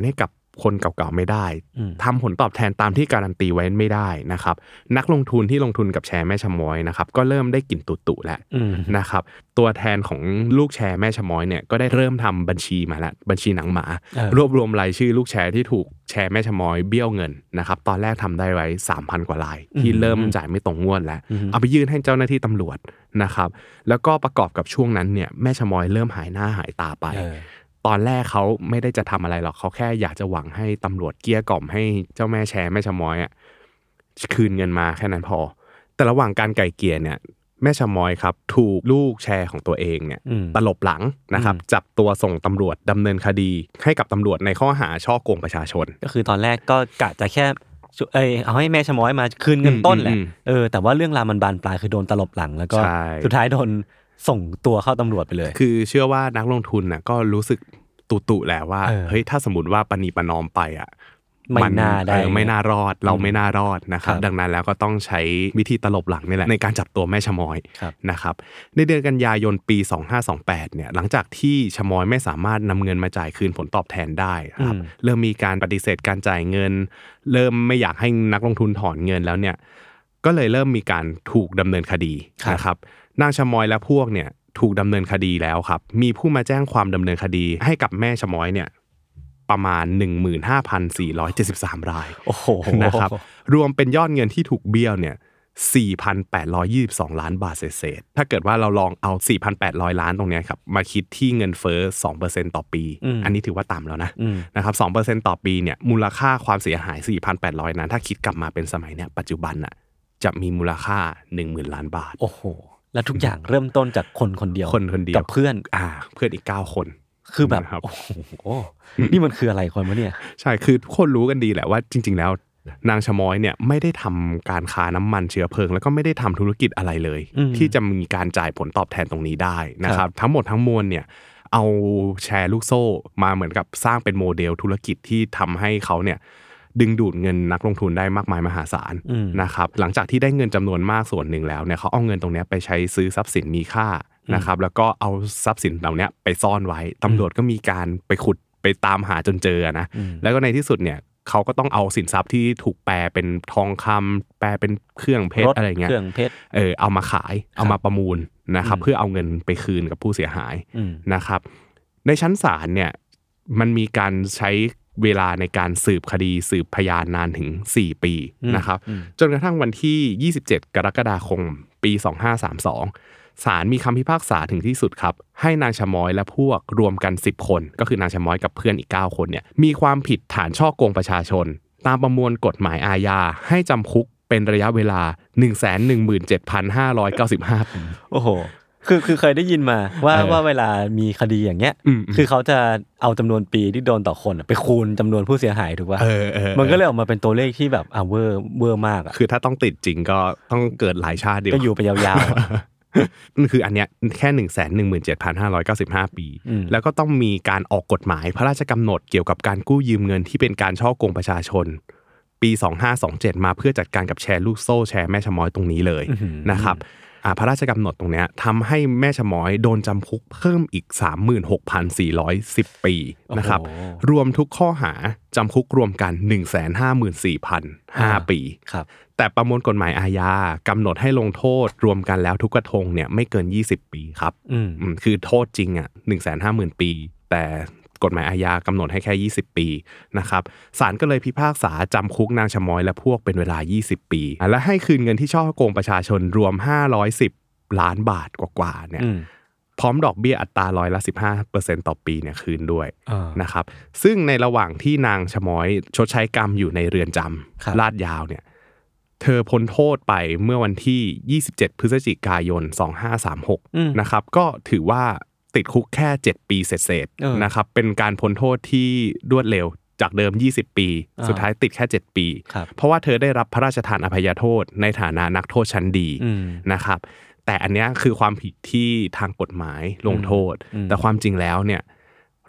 คนเก่าๆไม่ได้ทำผลตอบแทนตามที่การันตีไว้ไม่ได้นะครับนักลงทุนที่ลงทุนกับแชร์แม่ชะม้อยนะครับก็เริ่มได้กลิ่นตุๆแล้วนะครับตัวแทนของลูกแชร์แม่ชะม้อยเนี่ยก็ได้เริ่มทำบัญชีมาแล้วบัญชีหนังหมารวบรวมรายชื่อลูกแชร์ที่ถูกแชร์แม่ชะม้อยเบี้ยวเงินนะครับตอนแรกทำได้ไว้ สามพัน กว่ารายที่เริ่มจ่ายไม่ตรงงวดแล้วเอาไปยื่นให้เจ้าหน้าที่ตำรวจนะครับแล้วก็ประกอบกับช่วงนั้นเนี่ยแม่ชะม้อยเริ่มหายหน้าหายตาไปตอนแรกเขาไม่ได้จะทำอะไรหรอกเขาแค่อยากจะหวังให้ตำรวจเกลี้ยกล่อมให้เจ้าแม่แชร์แม่ชะม้อยอ่ะคืนเงินมาแค่นั้นพอแต่ระหว่างการไกล่เกลี่ยเนี่ยแม่ชะม้อยครับถูกลูกแชร์ของตัวเองเนี่ยตลบหลังนะครับจับตัวส่งตำรวจดำเนินคดีให้กับตำรวจในข้อหาฉ้อโกงประชาชนก็คือตอนแรกก็กะจะแค่เออเอาให้แม่ชะม้อยมาคืนเงินต้นแหละเออแต่ว่าเรื่องราวมันบานปลายคือโดนตลบหลังแล้วก็สุดท้ายโดนส่งตัวเข้าตำรวจไปเลยคือเชื่อว่านักลงทุนน่ะก็รู้สึกตุๆแหละว่าเฮ้ยถ้าสมมุติว่าปณีประนอมไปอ่ะไม่น่าได้ไม่น่ารอดเราไม่น่ารอดนะครับดังนั้นแล้วก็ต้องใช้วิธีตลบหลังนี่แหละในการจับตัวแม่ชะม้อยนะครับในเดือนกันยายนปีสองพันห้าร้อยยี่สิบแปดเนี่ยหลังจากที่ชะม้อยไม่สามารถนำเงินมาจ่ายคืนผลตอบแทนได้ครับเริ่มมีการปฏิเสธการจ่ายเงินเริ่มไม่อยากให้นักลงทุนถอนเงินแล้วเนี่ยก็เลยเริ่มมีการถูกดำเนินคดีนะครับนางชะม้อยและพวกเนี่ยถูกดำเนินคดีแล้วครับมีผู้มาแจ้งความดำเนินคดีให้กับแม่ชะม้อยเนี่ยประมาณ หนึ่งหมื่นห้าพันสี่ร้อยเจ็ดสิบสาม รายโอ้โหนะครับรวมเป็นยอดเงินที่ถูกเบี้ยวเนี่ย สี่พันแปดร้อยยี่สิบสอง ล้านบาทเศษๆถ้าเกิดว่าเราลองเอา สี่พันแปดร้อย ล้านตรงนี้ครับมาคิดที่เงินเฟ้อ สองเปอร์เซ็นต์ ต่อปีอันนี้ถือว่าต่ำแล้วนะนะครับ สองเปอร์เซ็นต์ ต่อปีเนี่ยมูลค่าความเสียหาย สี่พันแปดร้อย นั้นถ้าคิดกลับมาเป็นสมัยเนี้ยปัจจุบันน่ะจะมีมูลค่า หนึ่งหมื่น ล้านบาทโอ้โหแล้วทุกอย่างเริ่มต้นจากคนคนเดียวคนคนเดียวกับเพื่อนอ่าเพื่อนอีกเก้าคนคือแบบโอ้โหนี่มันคืออะไรคนวะเนี่ยใช่คือทุกคนรู้กันดีแหละว่าจริงๆแล้วนางชะม้อยเนี่ยไม่ได้ทำการค้าน้ำมันเชื้อเพลิงแล้วก็ไม่ได้ทำธุรกิจอะไรเลยที่จะมีการจ่ายผลตอบแทนตรงนี้ได้นะครับทั้งหมดทั้งมวลเนี่ยเอาแชร์ลูกโซ่มาเหมือนกับสร้างเป็นโมเดลธุรกิจที่ทำให้เขาเนี่ยดึงดูดเงินนักลงทุนได้มากมายมหาศาลนะครับหลังจากที่ได้เงินจำนวนมากส่วนหนึ่งแล้วเนี่ยเขาเอาเงินตรงนี้ไปใช้ซื้อทรัพย์สินมีค่านะครับแล้วก็เอาทรัพย์สินเหล่านี้ไปซ่อนไว้ตำรวจก็มีการไปขุดไปตามหาจนเจอนะแล้วก็ในที่สุดเนี่ยเขาก็ต้องเอาสินทรัพย์ที่ถูกแปลเป็นทองคำแปลเป็นเครื่องเพชรอะไรเงี้ยเครื่องเพชรเออเอามาขายเอามาประมูลนะครับเพื่อเอาเงินไปคืนกับผู้เสียหายนะครับในชั้นศาลเนี่ยมันมีการใช้เวลาในการสืบคดีสืบพยานนานถึงสี่ปีนะครับจนกระทั่งวันที่ยี่สิบเจ็ดกรกฎาคมปีสองพันห้าร้อยสามสิบสองศาลมีคำพิพากษาถึงที่สุดครับให้นางชะม้อยและพวกรวมกันสิบคนก็คือนางชะม้อยกับเพื่อนอีกเก้าคนเนี่ยมีความผิดฐานฉ้อโกงประชาชนตามประมวลกฎหมายอาญาให้จำคุกเป็นระยะเวลา หนึ่งแสนหนึ่งหมื่นเจ็ดพันห้าร้อยเก้าสิบห้า ปีโอ้โหคือคือเคยได้ยินมาว่าว่าเวลามีคดีอย่างเงี้ยคือเขาจะเอาจำนวนปีที่โดนต่อคนไปคูณจำนวนผู้เสียหายถูกป่ะมันก็เลยออกมาเป็นตัวเลขที่แบบอ่ะเวอร์เวอร์มากอ่ะคือถ้าต้องติดจริงก็ต้องเกิดหลายชาติเดียวก็อยู่ไปยาวๆนั่นคืออันเนี้ยแค่ หนึ่งแสนหนึ่งหมื่นเจ็ดพันห้าร้อยเก้าสิบห้า ปีแล้วก็ต้องมีการออกกฎหมายพระราชกำหนดเกี่ยวกับการกู้ยืมเงินที่เป็นการฉ้อโกงประชาชนปีสองพันห้าร้อยยี่สิบเจ็ดมาเพื่อจัดการกับแชร์ลูกโซ่แชร์แม่ชะม้อยตรงนี้เลยนะครับอ่าพระราชกำหนดตรงเนี้ยทำให้แม่ชะม้อยโดนจำคุกเพิ่มอีก สามหมื่นหกพันสี่ร้อยสิบ ปีนะครับรวมทุกข้อหาจำคุกรวมกัน หนึ่งแสนห้าหมื่นสี่พันห้า ปีครับแต่ประมวลกฎหมายอาญากำหนดให้ลงโทษรวมกันแล้วทุกกระทงเนี่ยไม่เกินยี่สิบปีครับอืมคือโทษจริงอ่ะ หนึ่งแสนห้าหมื่น ปีแต่กฎหมายอาญากำหนดให้แค่ยี่สิบปีนะครับศาลก็เลยพิพากษาจำคุกนางชะม้อยและพวกเป็นเวลายี่สิบปีและให้คืนเงินที่ฉ้อโกงประชาชนรวมห้าร้อยสิบล้านบาทกว่าๆเนี่ยพร้อมดอกเบี้ยอัตราร้อยละ สิบห้าเปอร์เซ็นต์ ต่อปีเนี่ยคืนด้วยนะครับซึ่งในระหว่างที่นางชะม้อยชดใช้กรรมอยู่ในเรือนจำลาดยาวเนี่ยเธอพ้นโทษไปเมื่อวันที่ยี่สิบเจ็ดพฤศจิกายนสองพันห้าร้อยสามสิบหกนะครับก็ถือว่าติดคุกแค่เจ็ดปีเศษๆนะครับเป็นการพ้นโทษที่รวดเร็วจากเดิมยี่สิบปีสุดท้ายติดแค่เจ็ดปีเพราะว่าเธอได้รับพระราชทานอภัยโทษในฐานะนักโทษชั้นดีนะครับแต่อันนี้คือความผิดที่ทางกฎหมายลงโทษแต่ความจริงแล้วเนี่ย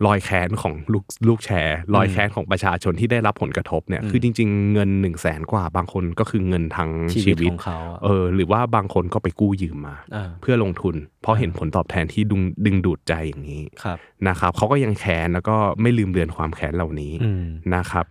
รอยแค้นของลูกลูกแชร์รอยแค้นของประชาชนที่ได้รับผลกระทบเนี่ยคือจริงๆเงิน หนึ่งแสน กว่าบางคนก็คือเงินทั้งชีวิตของเขาเออหรือว่าบางคนก็ไปกู้ยืมมาเพื่อลงทุนเพราะเห็นผลตอบแทนที่ดึงดึงดูดใจอย่างนี้นะครับเขาก็ยังแค้นแล้วก็ไม่ลืมเลือนความแค้นเหล่านี้นะครับ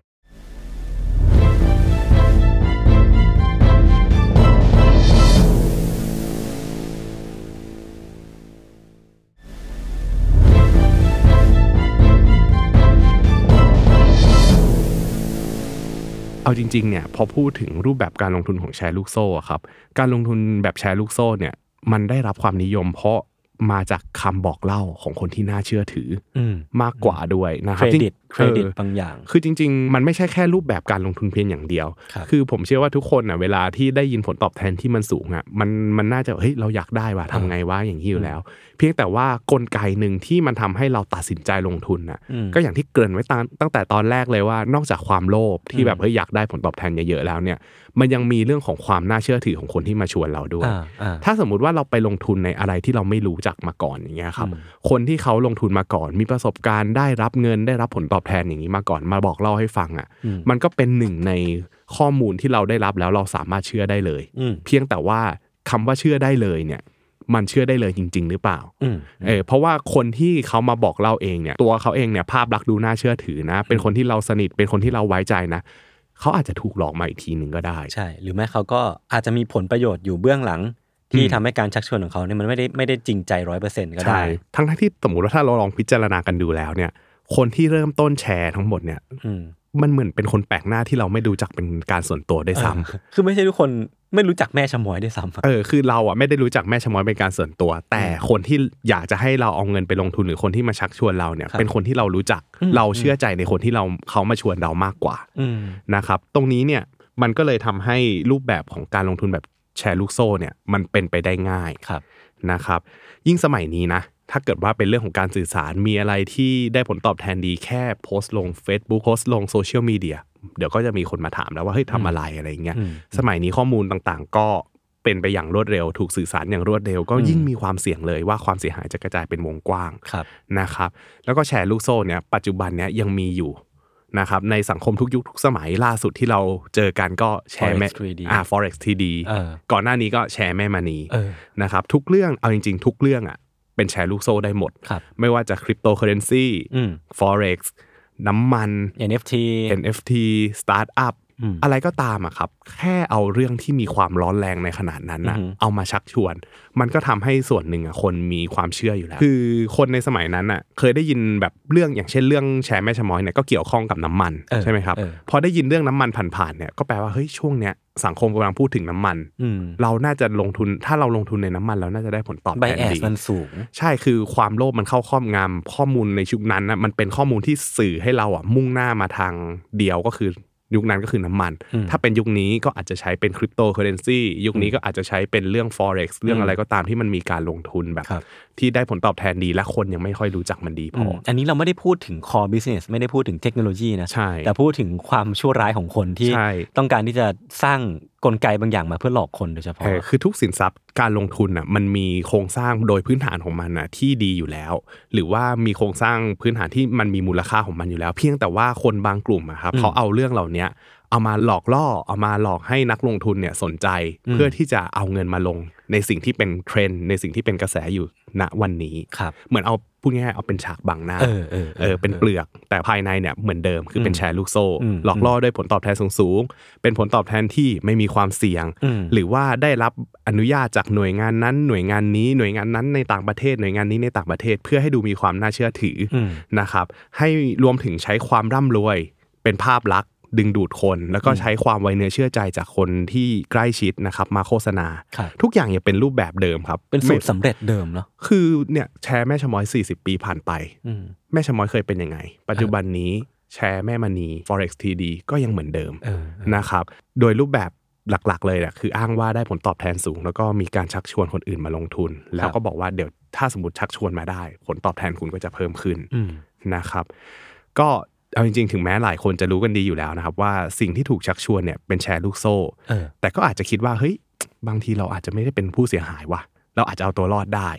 เอาจริงๆเนี่ยพอพูดถึงรูปแบบการลงทุนของแชร์ลูกโซ่อะครับการลงทุนแบบแชร์ลูกโซ่เนี่ยมันได้รับความนิยมเพราะมาจากคำบอกเล่าของคนที่น่าเชื่อถือมากกว่าด้วยนะครับเครดิตเครดิตบางอย่างคือจริงๆมันไม่ใช่แค่รูปแบบการลงทุนเพียงอย่างเดียวคือผมเชื่อว่าทุกคนน่ะเวลาที่ได้ยินผลตอบแทนที่มันสูงอ่ะมันมันน่าจะเฮ้ยเราอยากได้ว่ะทำไงวะอย่างนี้อยู่แล้วเพียงแต่ว่ากลไกนึงที่มันทำให้เราตัดสินใจลงทุนน่ะก็อย่างที่เกริ่นไว้ตั้งแต่ตอนแรกเลยว่านอกจากความโลภที่แบบเฮ้ยอยากได้ผลตอบแทนเยอะๆแล้วเนี่ยมันยังมีเรื่องของความน่าเชื่อถือของคนที่มาชวนเราด้วยถ้าสมมุติว่าเราไปลงทุนในอะไรที่เราไม่รู้จักมาก่อนอย่างเงี้ยครับคนที่เขาลงทุนมาก่อนมีประสบการณ์ได้รับเงินได้รับผลตอบแทนอย่างนี้มาก่อนมาบอกเล่าให้ฟังอ่ะมันก็เป็นหนึ่งในข้อมูลที่เราได้รับแล้วเราสามารถเชื่อได้เลยเพียงแต่ว่าคำว่าเชื่อได้เลยเนี่ยมันเชื่อได้เลยจริงๆหรือเปล่าเออเพราะว่าคนที่เขามาบอกเล่าเองเนี่ยตัวเขาเองเนี่ยภาพลักษณ์ดูน่าเชื่อถือนะเป็นคนที่เราสนิทเป็นคนที่เราไว้ใจนะเขาอาจจะถูกหลอกมาอีกทีนึงก็ได้ใช่หรือแม้เขาก็อาจจะมีผลประโยชน์อยู่เบื้องหลังที่ทำให้การชักชวนของเขาเนี่ยมันไม่ได้ไม่ได้จริงใจ ร้อยเปอร์เซ็นต์ ก็ได้ทั้งที่สมมุติว่าถ้าเราลองพิจารณากันดูแล้วเนี่ยคนที่เริ่มต้นแชร์ทั้งหมดเนี่ยมันเหมือนเป็นคนแปลกหน้าที่เราไม่รู้จักเป็นการส่วนตัวได้ซ้ำคือไม่ใช่ทุกคนไม่รู้จักแม่ชะม้อยได้ซ้ำเออคือเราอ่ะไม่ได้รู้จักแม่ชะม้อยเป็นการส่วนตัวแต่คนที่อยากจะให้เราเอาเงินไปลงทุนหรือคนที่มาชักชวนเราเนี่ยเป็นคนที่เรารู้จักเราเชื่อใจในคนที่เราเขามาชวนเรามากกว่านะครับตรงนี้เนี่ยมันก็เลยทำให้รูปแบบของการลงทุนแบบแชร์ลูกโซ่เนี่ยมันเป็นไปได้ง่ายนะครับยิ่งสมัยนี้นะถ้าเกิดว่าเป็นเรื่องของการสื่อสารมีอะไรที่ได้ผลตอบแทนดีแค่โพสต์ลง Facebook โพสต์ลงโซเชียลมีเดียเดี๋ยวก็จะมีคนมาถามแล้วว่าเฮ้ยทำอะไรอะไรเงี้ยสมัยนี้ข้อมูลต่างๆก็เป็นไปอย่างรวดเร็วถูกสื่อสารอย่างรวดเร็วก็ยิ่งมีความเสี่ยงเลยว่าความเสียหายจะกระจายเป็นวงกว้างนะครับแล้วก็แชร์ลูกโซ่เนี่ยปัจจุบันเนี้ยยังมีอยู่นะครับในสังคมทุกยุคทุกสมัยล่าสุดที่เราเจอกันก็แชร์แม่อ่า Forex ที ดี ก่อนหน้านี้ก็แชร์แม่มณีนะครับทุกเรื่องเอาจริงๆทุกเรื่องอ่ะเป็นแชร์ลูกโซ่ได้หมดไม่ว่าจะคริปโตเคอเรนซี Forex น้ำมันเอ็น เอฟ ทีเอ็น เอฟ ที สตาร์ทอัพอะไรก็ตามอ่ะครับแค่เอาเรื่องที่มีความร้อนแรงในขนาดนั้นนะเอามาชักชวนมันก็ทำให้ส่วนหนึ่งอ่ะคนมีความเชื่ออยู่แล้วคือคนในสมัยนั้นอ่ะเคยได้ยินแบบเรื่องอย่างเช่นเรื่องแชร์แม่ชะม้อยเนี่ยก็เกี่ยวข้องกับน้ำมันใช่ไหมครับพอได้ยินเรื่องน้ำมันผ่านๆเนี่ยก็แปลว่าเฮ้ยช่วงเนี้ยสังคมกำลังพูดถึงน้ำมันเราน่าจะลงทุนถ้าเราลงทุนในน้ำมันเราน่าจะได้ผลตอบแทนดีมันสูงใช่คือความโลภมันเข้าครอบงำข้อมูลในชุดนั้นนะมันเป็นข้อมูลที่สื่อให้เราอ่ะมุ่งหน้ามาทางเดียวก็คือยุคนั้นก็คือน้ำมันถ้าเป็นยุคนี้ก็อาจจะใช้เป็นคริปโตเคอเรนซียุคนี้ก็อาจจะใช้เป็นเรื่อง Forex เรื่องอะไรก็ตามที่มันมีการลงทุนแบบที่ได้ผลตอบแทนดีและคนยังไม่ค่อยรู้จักมันดีพออันนี้เราไม่ได้พูดถึง core business ไม่ได้พูดถึงเทคโนโลยีนะแต่พูดถึงความชั่วร้ายของคนที่ต้องการที่จะสร้างกลไกบางอย่างมาเพื่อหลอกคนโดยเฉพาะคือทุกสินทรัพย์การลงทุนอ่ะมันมีโครงสร้างโดยพื้นฐานของมันอ่ะที่ดีอยู่แล้วหรือว่ามีโครงสร้างพื้นฐานที่มันมีมูลค่าของมันอยู่แล้วเพียงแต่ว่าคนบางกลุ่มอะครับเขาเอาเรื่องเหล่านี้เอามาหลอกล่อเอามาหลอกให้นักลงทุนเนี่ยสนใจเพื่อที่จะเอาเงินมาลงในสิ่งที่เป็นเทรนด์ในสิ่งที่เป็นกระแสอยู่ณวันนี้เหมือนเอาพูดง่ายๆเอาเป็นฉากบังหน้าเออเออเออเป็นเปลือกแต่ภายในเนี่ยเหมือนเดิมคือเป็นแชร์ลูกโซ่หลอกล่อด้วยผลตอบแทนสูงๆเป็นผลตอบแทนที่ไม่มีความเสี่ยงหรือว่าได้รับอนุญาตจากหน่วยงานนั้นหน่วยงานนี้หน่วยงานนั้นในต่างประเทศหน่วยงานนี้ในต่างประเทศเพื่อให้ดูมีความน่าเชื่อถือนะครับให้รวมถึงใช้ความร่ำรวยเป็นภาพลักษณ์ดึงดูดคนแล้วก็ใช้ความไว้เนื้อเชื่อใจจากคนที่ใกล้ชิดนะครับมาโฆษณาทุกอย่างยังเป็นรูปแบบเดิมครับเป็นสูตรสำเร็จเดิมเนาะคือเนี่ยแชร์แม่ชะม้อยสี่สิบปีผ่านไปแม่ชะม้อยเคยเป็นยังไงปัจจุบันนี้แชร์แม่มณี Forex ที ดี ก็ยังเหมือนเดิมนะครับโดยรูปแบบหลักๆเลยเนี่ยคืออ้างว่าได้ผลตอบแทนสูงแล้วก็มีการชักชวนคนอื่นมาลงทุนแล้วก็บอกว่าเดี๋ยวถ้าสมมติชักชวนมาได้ผลตอบแทนคุณก็จะเพิ่มขึ้นนะครับก็เอาจริงๆถึงแม้หลายคนจะรู้กันดีอยู่แล้วนะครับว่าสิ่งที่ถูกชักชวนเนี่ยเป็นแชร์ลูกโซ่แต่ก็อาจจะคิดว่าเฮ้ยบางทีเราอาจจะไม่ได้เป็นผู้เสียหายว่ะเราอาจจะเอาตัวรอดได้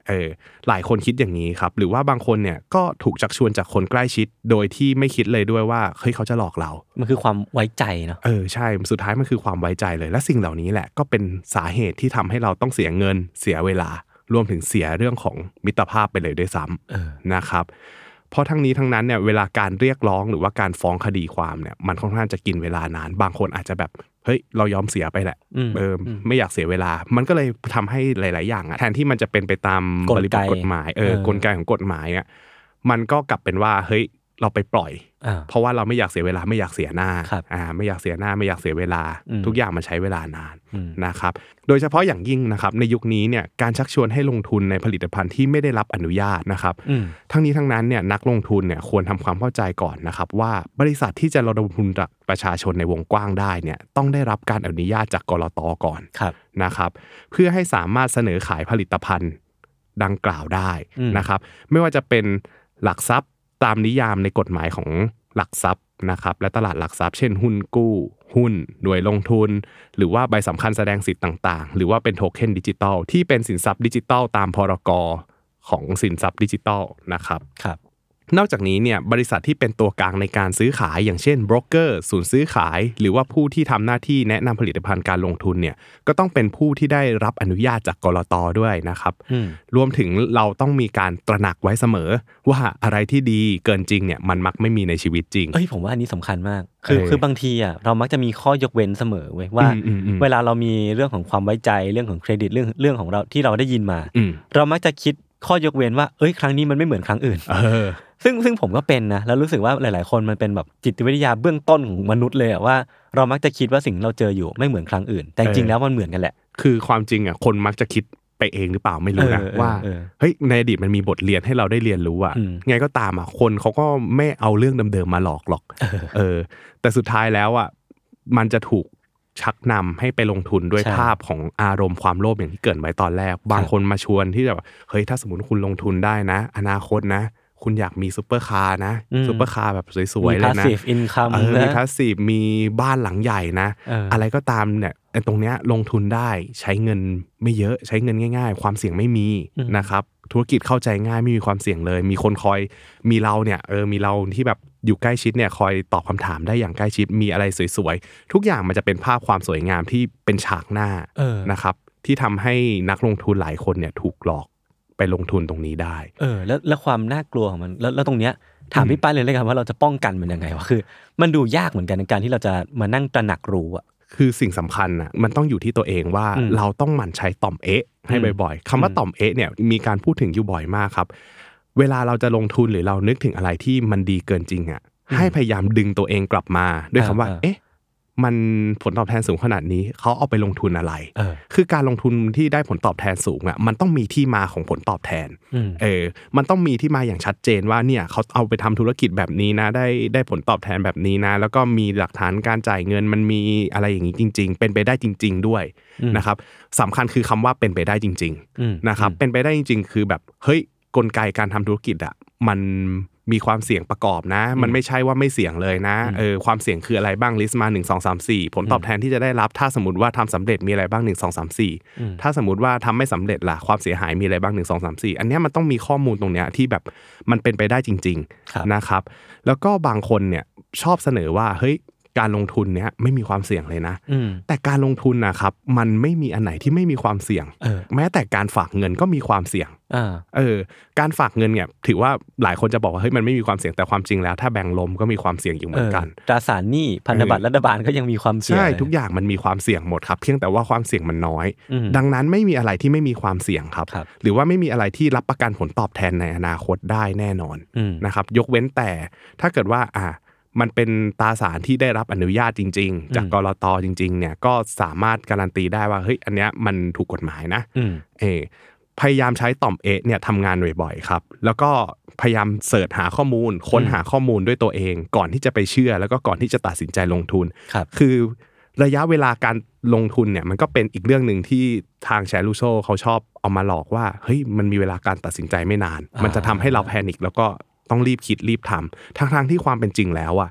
เออหลายคนคิดอย่างนี้ครับหรือว่าบางคนเนี่ยก็ถูกชักชวนจากคนใกล้ชิดโดยที่ไม่คิดเลยด้วยว่าเฮ้ยเขาจะหลอกเรามันคือความไว้ใจเนาะเออใช่สุดท้ายมันคือความไว้ใจเลยและสิ่งเหล่านี้แหละก็เป็นสาเหตุที่ทำให้เราต้องเสียเงินเสียเวลารวมถึงเสียเรื่องของมิตรภาพไปเลยด้วยซ้ำนะครับเพราะทั้งนี้ทั้งนั้นเนี่ยเวลาการเรียกร้องหรือว่าการฟ้องคดีความเนี่ยมันค่อนข้างจะกินเวลานานบางคนอาจจะแบบเฮ้ยเรายอมเสียไปแหละเออไม่อยากเสียเวลามันก็เลยทำให้หลายๆอย่างอ่ะแทนที่มันจะเป็นไปตามบริบทกฎหมายเออกลไกของกฎหมายอ่ะมันก็กลับเป็นว่าเฮ้ยเราไปปล่อยเพราะว่าเราไม่อยากเสียเวลาไม่อยากเสียหน้าอ่าไม่อยากเสียหน้าไม่อยากเสียเวลาทุกอย่างมันใช้เวลานานนะครับโดยเฉพาะอย่างยิ่งนะครับในยุคนี้เนี่ยการชักชวนให้ลงทุนในผลิตภัณฑ์ที่ไม่ได้รับอนุญาตนะครับทั้งนี้ทั้งนั้นเนี่ยนักลงทุนเนี่ยควรทำความเข้าใจก่อนนะครับว่าบริษัทที่จะระดมทุนจากประชาชนในวงกว้างได้เนี่ยต้องได้รับการอนุญาตจากกลต.ก่อนนะครับเพื่อให้สามารถเสนอขายผลิตภัณฑ์ดังกล่าวได้นะครับไม่ว่าจะเป็นหลักทรัพย์ตามนิยามในกฎหมายของหลักทรัพย์นะครับและตลาดหลักทรัพย์เช่นหุ้นกู้หุ้นหน่วยลงทุนหรือว่าใบสำคัญแสดงสิทธิ์ต่างๆหรือว่าเป็นโทเค็นดิจิทัลที่เป็นสินทรัพย์ดิจิทัลตามพรก.ของสินทรัพย์ดิจิทัลนะครับครับนอกจากนี้เนี่ยบริษัทที่เป็นตัวกลางในการซื้อขายอย่างเช่นโบรกเกอร์ศูนย์ซื้อขายหรือว่าผู้ที่ทำหน้าที่แนะนำผลิตภัณฑ์การลงทุนเนี่ยก็ต้องเป็นผู้ที่ได้รับอนุญาตจากกลต.ด้วยนะครับรวมถึงเราต้องมีการตระหนักไว้เสมอว่าอะไรที่ดีเกินจริงเนี่ยมันมักไม่มีในชีวิตจริงเอ้ยผมว่าอันนี้สำคัญมากคือคือบางทีอ่ะเรามักจะมีข้อยกเว้นเสมอเว้ยว่าเวลาเรามีเรื่องของความไว้ใจเรื่องของเครดิตเรื่องเรื่องของเราที่เราได้ยินมาเรามักจะคิดข้อยกเว้นว่าเอ้ยครั้งนี้มันไม่เหมือนครั้งอื่นซึ่งซึ่งผมก็เป็นนะแล้วรู้สึกว่าหลายๆคนมันเป็นแบบจิตวิทยาเบื้องต้นของมนุษย์เลยอะว่าเรามักจะคิดว่าสิ่งเราเจออยู่ไม่เหมือนครั้งอื่นแต่จริงๆแล้วมันเหมือนกันแหละคือความจริงอ่ะคนมักจะคิดไปเองหรือเปล่าไม่รู้นะว่าเฮ้ยในอดีตมันมีบทเรียนให้เราได้เรียนรู้อ่ะไงก็ตามอ่ะคนเขาก็ไม่เอาเรื่องเดิมๆมาหลอกหรอกเออแต่สุดท้ายแล้วอ่ะมันจะถูกชักนำให้ไปลงทุนด้วยภาพของอารมณ์ความโลภอย่างที่เกริ่นไว้ตอนแรกบางคนมาชวนที่แบบเฮ้ยถ้าสมมติคุณลงทุนได้นะอนาคตนะคุณอยากมีซุปเปอร์คาร์นะซุปเปอร์คาร์แบบสวยๆเลยนะมี passive income เออมี passive มีบ้านหลังใหญ่นะอะไรก็ตามเนี่ยไอ้ตรงเนี้ยลงทุนได้ใช้เงินไม่เยอะใช้เงินง่ายๆความเสี่ยงไม่มีนะครับธุรกิจเข้าใจง่ายไม่มีความเสี่ยงเลยมีคนคอยมีเราเนี่ยเออมีเราที่แบบอยู่ใกล้ชิดเนี่ยคอยตอบคำถามได้อย่างใกล้ชิดมีอะไรสวยๆทุกอย่างมันจะเป็นภาพความสวยงามที่เป็นฉากหน้านะครับที่ทำให้นักลงทุนหลายคนเนี่ยถูกหลอกไปลงทุนตรงนี้ได้เออแล้วแล้วความน่ากลัวของมันแล้วแล้วตรงเนี้ยถามพี่ป้ายเลยเลยครับว่าเราจะป้องกันมันยังไงวะคือมันดูยากเหมือนกันในการที่เราจะมานั่งตระหนักรู้อ่ะคือสิ่งสำคัญน่ะมันต้องอยู่ที่ตัวเองว่าเราต้องหมั่นใช้ต่อมเอ๊ะให้บ่อยๆคำว่าต่อมเอ๊ะเนี่ยมีการพูดถึงอยู่บ่อยมากครับเวลาเราจะลงทุนหรือเรานึกถึงอะไรที่มันดีเกินจริงอ่ะให้พยายามดึงตัวเองกลับมาด้วยคำว่าเอ๊ะมันผลตอบแทนสูงขนาดนี้เขาเอาไปลงทุนอะไรคือการลงทุนที่ได้ผลตอบแทนสูงอ่ะมันต้องมีที่มาของผลตอบแทนเออมันต้องมีที่มาอย่างชัดเจนว่าเนี่ยเขาเอาไปทำธุรกิจแบบนี้นะได้ได้ผลตอบแทนแบบนี้นะแล้วก็มีหลักฐานการจ่ายเงินมันมีอะไรอย่างนี้จริงๆเป็นไปได้จริงๆด้วยนะครับสำคัญคือคำว่าเป็นไปได้จริงๆนะครับเป็นไปได้จริงๆคือแบบเฮ้ยกลไกการทำธุรกิจอ่ะมันมีความเสี่ยงประกอบนะมันไม่ใช่ว่าไม่เสี่ยงเลยนะเออความเสี่ยงคืออะไรบ้างลิสต์มาหนึ่ง สอง สาม สี่ผลตอบแทนที่จะได้รับถ้าสมมุติว่าทำสำเร็จมีอะไรบ้างหนึ่ง สอง สาม สี่ถ้าสมมุติว่าทำไม่สำเร็จล่ะความเสียหายมีอะไรบ้างหนึ่ง สอง สาม สี่อันนี้มันต้องมีข้อมูลตรงเนี้ยที่แบบมันเป็นไปได้จริงๆนะครับแล้วก็บางคนเนี่ยชอบเสนอว่าเฮ้ยการลงทุนเนี้ยไม่มีความเสี่ยงเลยนะแต่การลงทุนนะครับมันไม่มีอันไหนที่ไม่มีความเสี่ยงแม้แต่การฝากเงินก็มีความเสี่ยงเออการฝากเงินเนี่ยถือว่าหลายคนจะบอกว่าเฮ้ยมันไม่มีความเสี่ยงแต่ความจริงแล้วถ้าแบงก์ล้มก็มีความเสี่ยงอยู่เหมือนกันตราสารหนี้พันธบัตรรัฐบาลก็ยังมีความเสี่ยงใช่ทุกอย่างมันมีความเสี่ยงหมดครับเพียงแต่ว่าความเสี่ยงมันน้อยดังนั้นไม่มีอะไรที่ไม่มีความเสี่ยงครับหรือว่าไม่มีอะไรที่รับประกันผลตอบแทนในอนาคตได้แน่นอนนะครับยกเว้นแต่ถ้าเกิดว่าอ่ะมันเป็นตราสารที่ได้รับอนุญาตจริงๆจากกลต.จริงๆเนี่ยก็สามารถการันตีได้ว่าเฮ้ยอันเนี้ยมันถูกกฎหมายนะเออพยายามใช้ต่อมเอ๊ะเนี่ยทำงานบ่อยๆครับแล้วก็พยายามเสิร์ชหาข้อมูลค้นหาข้อมูลด้วยตัวเองก่อนที่จะไปเชื่อแล้วก็ก่อนที่จะตัดสินใจลงทุนคือระยะเวลาการลงทุนเนี่ยมันก็เป็นอีกเรื่องนึงที่ทางแชร์ลูโซเขาชอบเอามาหลอกว่าเฮ้ยมันมีเวลาการตัดสินใจไม่นานมันจะทำให้เราแพนิคแล้วก็ต้องรีบคิดรีบทำทั้งๆที่ความเป็นจริงแล้วอ่ะ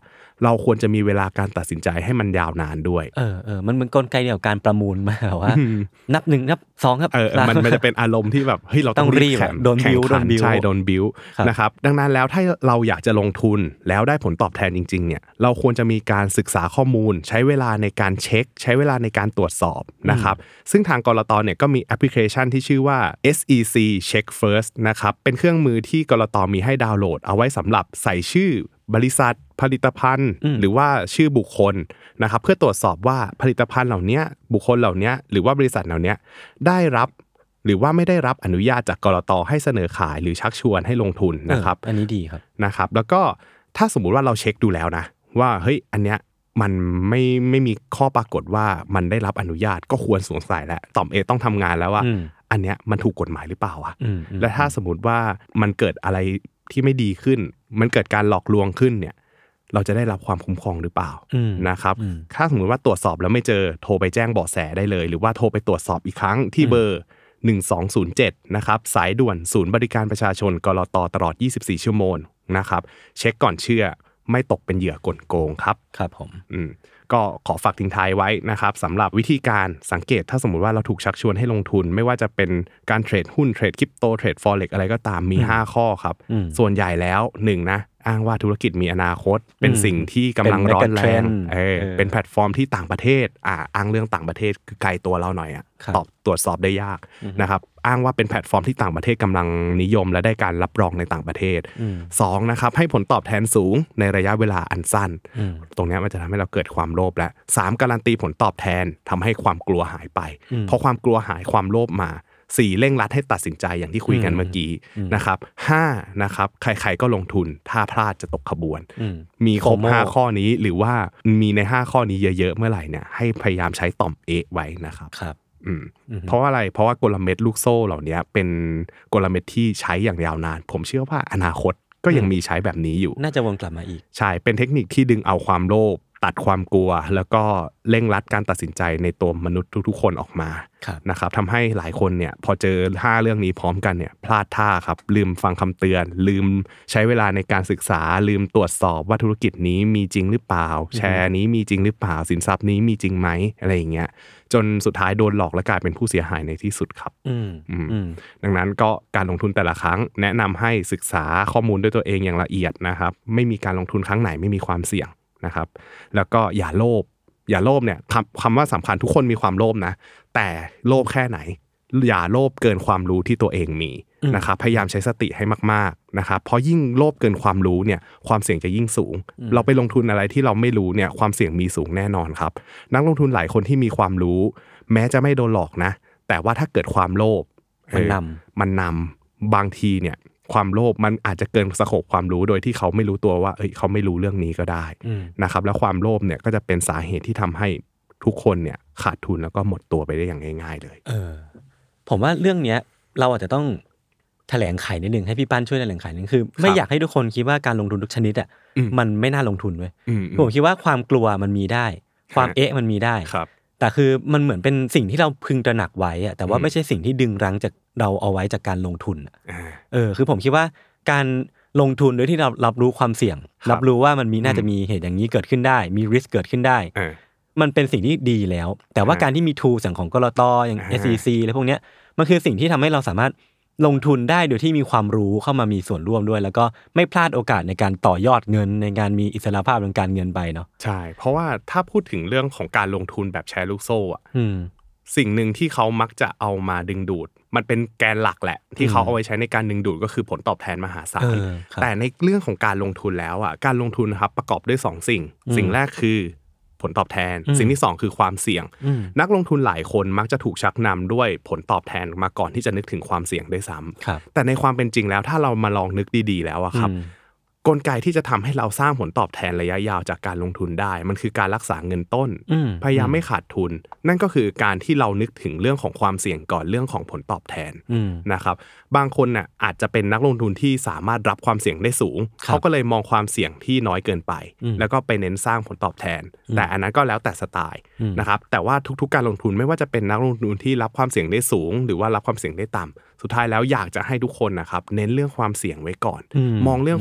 เราควรจะมีเวลาการตัดสินใจให้มันยาวนานด้วยเออเออมันเหมือนกลไกเดียวกับการประมูลมาว่านับหนึ่งนับสองครับเออมันมันจะเป็นอารมณ์ที่แบบเฮ้ยเราต้องรีบแข่งโดนบิวโดนบิวใช่โดนบิวนะครับดังนั้นแล้วถ้าเราอยากจะลงทุนแล้วได้ผลตอบแทนจริงๆเนี่ยเราควรจะมีการศึกษาข้อมูลใช้เวลาในการเช็คใช้เวลาในการตรวจสอบนะครับซึ่งทางกลต.เนี่ยก็มีแอปพลิเคชันที่ชื่อว่า เอส อี ซี Check First นะครับเป็นเครื่องมือที่กลต.มีให้ดาวน์โหลดเอาไว้สำหรับใส่ชื่อบริษัทผลิตภัณฑ์หรือว่าชื่อบุคคลนะครับเพื่อตรวจสอบว่าผลิตภัณฑ์เหล่านี้บุคคลเหล่านี้หรือว่าบริษัทเหล่านี้ได้รับหรือว่าไม่ได้รับอนุญาตจากกลต.ให้เสนอขายหรือชักชวนให้ลงทุนนะครับอันนี้ดีครับนะครับแล้วก็ถ้าสมมุติว่าเราเช็คดูแล้วนะว่าเฮ้ยอันเนี้ยมันไม่ไม่มีข้อปรากฏว่ามันได้รับอนุญาตก็ควรสงสัยแล้วต่อมเอต้องทำงานแล้วว่าอันเนี้ยมันถูกกฎหมายหรือเปล่าอ่ะและถ้าสมมติว่ามันเกิดอะไรที่ไม่ดีขึ้นมันเกิดการหลอกลวงขึ้นเนี่ยเราจะได้รับความคุ้มครองหรือเปล่านะครับถ้าสมมติว่าตรวจสอบแล้วไม่เจอโทรไปแจ้งเบาะแสได้เลยหรือว่าโทรไปตรวจสอบอีกครั้งที่เบอร์หนึ่งสองศูนย์เจ็ดนะครับสายด่วนศูนย์บริการประชาชนกลต.ตลอดยี่สิบสี่ชั่วโมงนะครับเช็คก่อนเชื่อไม่ตกเป็นเหยื่อกลโกงครับครับผมอืมก็ขอฝากทิ้งท้ายไว้นะครับสำหรับวิธีการสังเกตถ้าสมมุติว่าเราถูกชักชวนให้ลงทุนไม่ว่าจะเป็นการเทรดหุ้นเทรดคริปโตเทรดฟอเร็กซ์อะไรก็ตามมีห้าข้อครับส่วนใหญ่แล้วหนึ่งนะอ้างว่าธุรกิจมีอนาคตเป็นสิ่งที่กำลังร้อนแรงเออเป็นแพลตฟอร์มที่ต่างประเทศอ่าอ้างเรื่องต่างประเทศคือไกลตัวเราหน่อยอ่ะตอบตรวจสอบได้ยากนะครับอ้างว่าเป็นแพลตฟอร์มที่ต่างประเทศกำลังนิยมและได้การรับรองในต่างประเทศสองนะครับให้ผลตอบแทนสูงในระยะเวลาอันสั้นตรงนี้มันจะทำให้เราเกิดความโลภและสามการันตีผลตอบแทนทำให้ความกลัวหายไปพอความกลัวหายความโลภมาสี่เร่งรัดให้ตัดสินใจอย่างที่คุยกันเมื่อกี้นะครับห้านะครับใครๆก็ลงทุนถ้าพลาดจะตกขบวนมีครบห้าข้อนี้หรือว่ามีในห้าข้อนี้เยอะๆเมื่อไหร่เนี่ยให้พยายามใช้ต่อมเอไว้นะครับครับอืมเพราะอะไรเพราะว่ากลเม็ดลูกโซ่เหล่านี้เป็นกลเม็ดที่ใช้อย่างยาวนานผมเชื่อว่าอนาคตก็ยังมีใช้แบบนี้อยู่น่าจะวนกลับมาอีกใช่เป็นเทคนิคที่ดึงเอาความโลภตัดความกลัวแล้วก็เร่งรัดการตัดสินใจในตัวมนุษย์ทุกๆคนออกมานะครับทำให้หลายคนเนี่ยพอเจอห้าเรื่องนี้พร้อมกันเนี่ยพลาดท่าครับลืมฟังคำเตือนลืมใช้เวลาในการศึกษาลืมตรวจสอบว่าธุรกิจนี้มีจริงหรือเปล่าแชร์นี้มีจริงหรือเปล่าสินทรัพย์นี้มีจริงไหมอะไรอย่างเงี้ยจนสุดท้ายโดนหลอกและกลายเป็นผู้เสียหายในที่สุดครับดังนั้นก็การลงทุนแต่ละครั้งแนะนำให้ศึกษาข้อมูลด้วยตัวเองอย่างละเอียดนะครับไม่มีการลงทุนครั้งไหนไม่มีความเสี่ยงนะครับแล้วก็อย่าโลภอย่าโลภเนี่ยคำว่าสำคัญทุกคนมีความโลภนะแต่โลภแค่ไหนอย่าโลภเกินความรู้ที่ตัวเองมีนะครับพยายามใช้สติให้มากๆนะครับเพราะยิ่งโลภเกินความรู้เนี่ยความเสี่ยงจะยิ่งสูงเราไปลงทุนอะไรที่เราไม่รู้เนี่ยความเสี่ยงมีสูงแน่นอนครับนักลงทุนหลายคนที่มีความรู้แม้จะไม่โดนหลอกนะแต่ว่าถ้าเกิดความโลภมันนำมันนำบางทีเนี่ยความโลภมันอาจจะเกินสโคปความรู้โดยที่เขาไม่รู้ตัวว่าเอ้ยเขาไม่รู้เรื่องนี้ก็ได้นะครับแล้วความโลภเนี่ยก็จะเป็นสาเหตุที่ทำให้ทุกคนเนี่ยขาดทุนแล้วก็หมดตัวไปได้อย่างง่ายๆเลยเออผมว่าเรื่องเนี้ยเราอาจจะต้องแถลงไขนิดนึงให้พี่ปั้นช่วยแถลงไขนึงคือไม่อยากให้ทุกคนคิดว่าการลงทุนทุกชนิดอ่ะมันไม่น่าลงทุนเว้ยผมคิดว่าความกลัวมันมีได้ความเอ๊ะมันมีได้แต่คือมันเหมือนเป็นสิ่งที่เราพึงตระหนักไว้อะแต่ว่าไม่ใช่สิ่งที่ดึงรั้งจากเราเอาไว้จากการลงทุนเออคือผมคิดว่าการลงทุนโดยที่เรารับรู้ความเสี่ยงรับรู้ว่ามันมีน่าจะมีเหตุอย่างนี้เกิดขึ้นได้มีริสเกิดขึ้นได้มันเป็นสิ่งที่ดีแล้วแต่ว่าการที่มีทูลอย่างของกลต.อย่าง เอส อี ซี อะไรพวกเนี้ยมันคือสิ่งที่ทำให้เราสามารถลงทุนได้โดยที่มีความรู้เข้ามามีส่วนร่วมด้วยแล้วก็ไม่พลาดโอกาสในการต่อยอดเงินในการมีอิสรภาพทางการเงินไปเนาะใช่เพราะว่าถ้าพูดถึงเรื่องของการลงทุนแบบแชร์ลูกโซ่อ่ะสิ่งหนึ่งที่เขามักจะเอามาดึงดูดมันเป็นแกนหลักแหละที่เขาเอาไว้ใช้ในการดึงดูดก็คือผลตอบแทนมหาศาลแต่ในเรื่องของการลงทุนแล้วอ่ะการลงทุนนะครับประกอบด้วยสองสิ่งสิ่งแรกคือผลตอบแทนสิ่งที่สองคือความเสี่ยงนักลงทุนหลายคนมักจะถูกชักนำด้วยผลตอบแทนมาก่อนที่จะนึกถึงความเสี่ยงด้วยซ้ำแต่ในความเป็นจริงแล้วถ้าเรามาลองนึกดีๆแล้วอะครับกลไกที่จะทำให้เราสร้างผลตอบแทนระยะยาวจากการลงทุนได้มันคือการรักษาเงินต้นพยายามไม่ขาดทุนนั่นก็คือการที่เรานึกถึงเรื่องของความเสี่ยงก่อนเรื่องของผลตอบแทนนะครับบางคนน่ะอาจจะเป็นนักลงทุนที่สามารถรับความเสี่ยงได้สูงเขาก็เลยมองความเสี่ยงที่น้อยเกินไปแล้วก็ไปเน้นสร้างผลตอบแทนแต่อันนั้นก็แล้วแต่สไตล์นะครับแต่ว่าทุกๆการลงทุนไม่ว่าจะเป็นนักลงทุนที่รับความเสี่ยงได้สูงหรือว่ารับความเสี่ยงได้ต่ำสุดท้ายแล้วอยากจะให้ทุกคนนะครับเน้นเรื่องความเสี่ยงไว้ก่อนมองเรื่องความเสี่ยงมา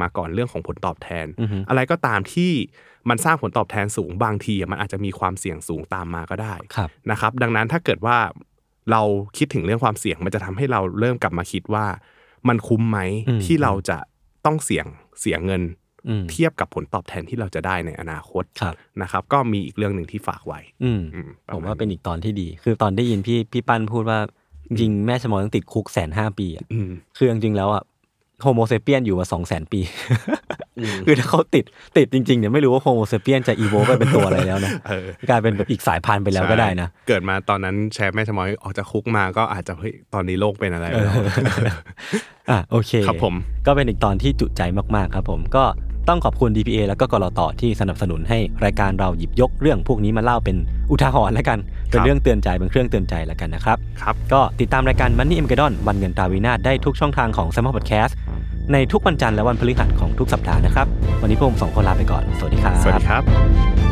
มาก่อนเรื่องของผลตอบแทน uh-huh. อะไรก็ตามที่มันสร้างผลตอบแทนสูงบางทีมันอาจจะมีความเสี่ยงสูงตามมาก็ได้นะครับดังนั้นถ้าเกิดว่าเราคิดถึงเรื่องความเสี่ยงมันจะทำให้เราเริ่มกลับมาคิดว่ามันคุ้มไหมที่เราจะต้องเสี่ยงเสียเงินเทียบกับผลตอบแทนที่เราจะได้ในอนาคตนะครับก็มีอีกเรื่องนึงที่ฝากไว้ผมว่าเป็นอีกตอนที่ดีคือตอนได้ยินพี่พี่ปั้นพูดว่าจริงแม่ชะมอยต้องติดคุกแสนห้าปีอ่ะคือจริงๆแล้วอ่ะโฮโมเซเปียนอยู่มาสองแสนปีคือถ้าเขาติดติดจริงๆเนี่ยไม่รู้ว่าโฮโมเซเปียนจะอีโวไปเป็นตัวอะไรแล้วนะกลายเป็นแบบอีกสายพันธุ์ไปแล้วก็ได้นะเกิดมาตอนนั้นแชร์แม่ชะมอยออกจากคุกมาก็อาจจะเฮ้ยตอนนี้โลกเป็นอะไรแล้วอ่ะโอเคครับผมก็เป็นอีกตอนที่จุใจมากๆครับผมก็ต้องขอบคุณ ดี พี เอ แล้วก็กลต.ที่สนับสนุนให้รายการเราหยิบยกเรื่องพวกนี้มาเล่าเป็นอุทาหรณ์แล้วกันเป็นเรื่องเตือนใจเป็นเครื่องเตือนใจแล้วกันนะครับครับก็ติดตามรายการ Money Armageddon วันเงินตราวินาศได้ทุกช่องทางของ Salmon Podcast ในทุกวันจันทร์และวันพฤหัสของทุกสัปดาห์นะครับวันนี้พวกผมสองคนลาไปก่อนสวัสดีครับสวัสดีครับ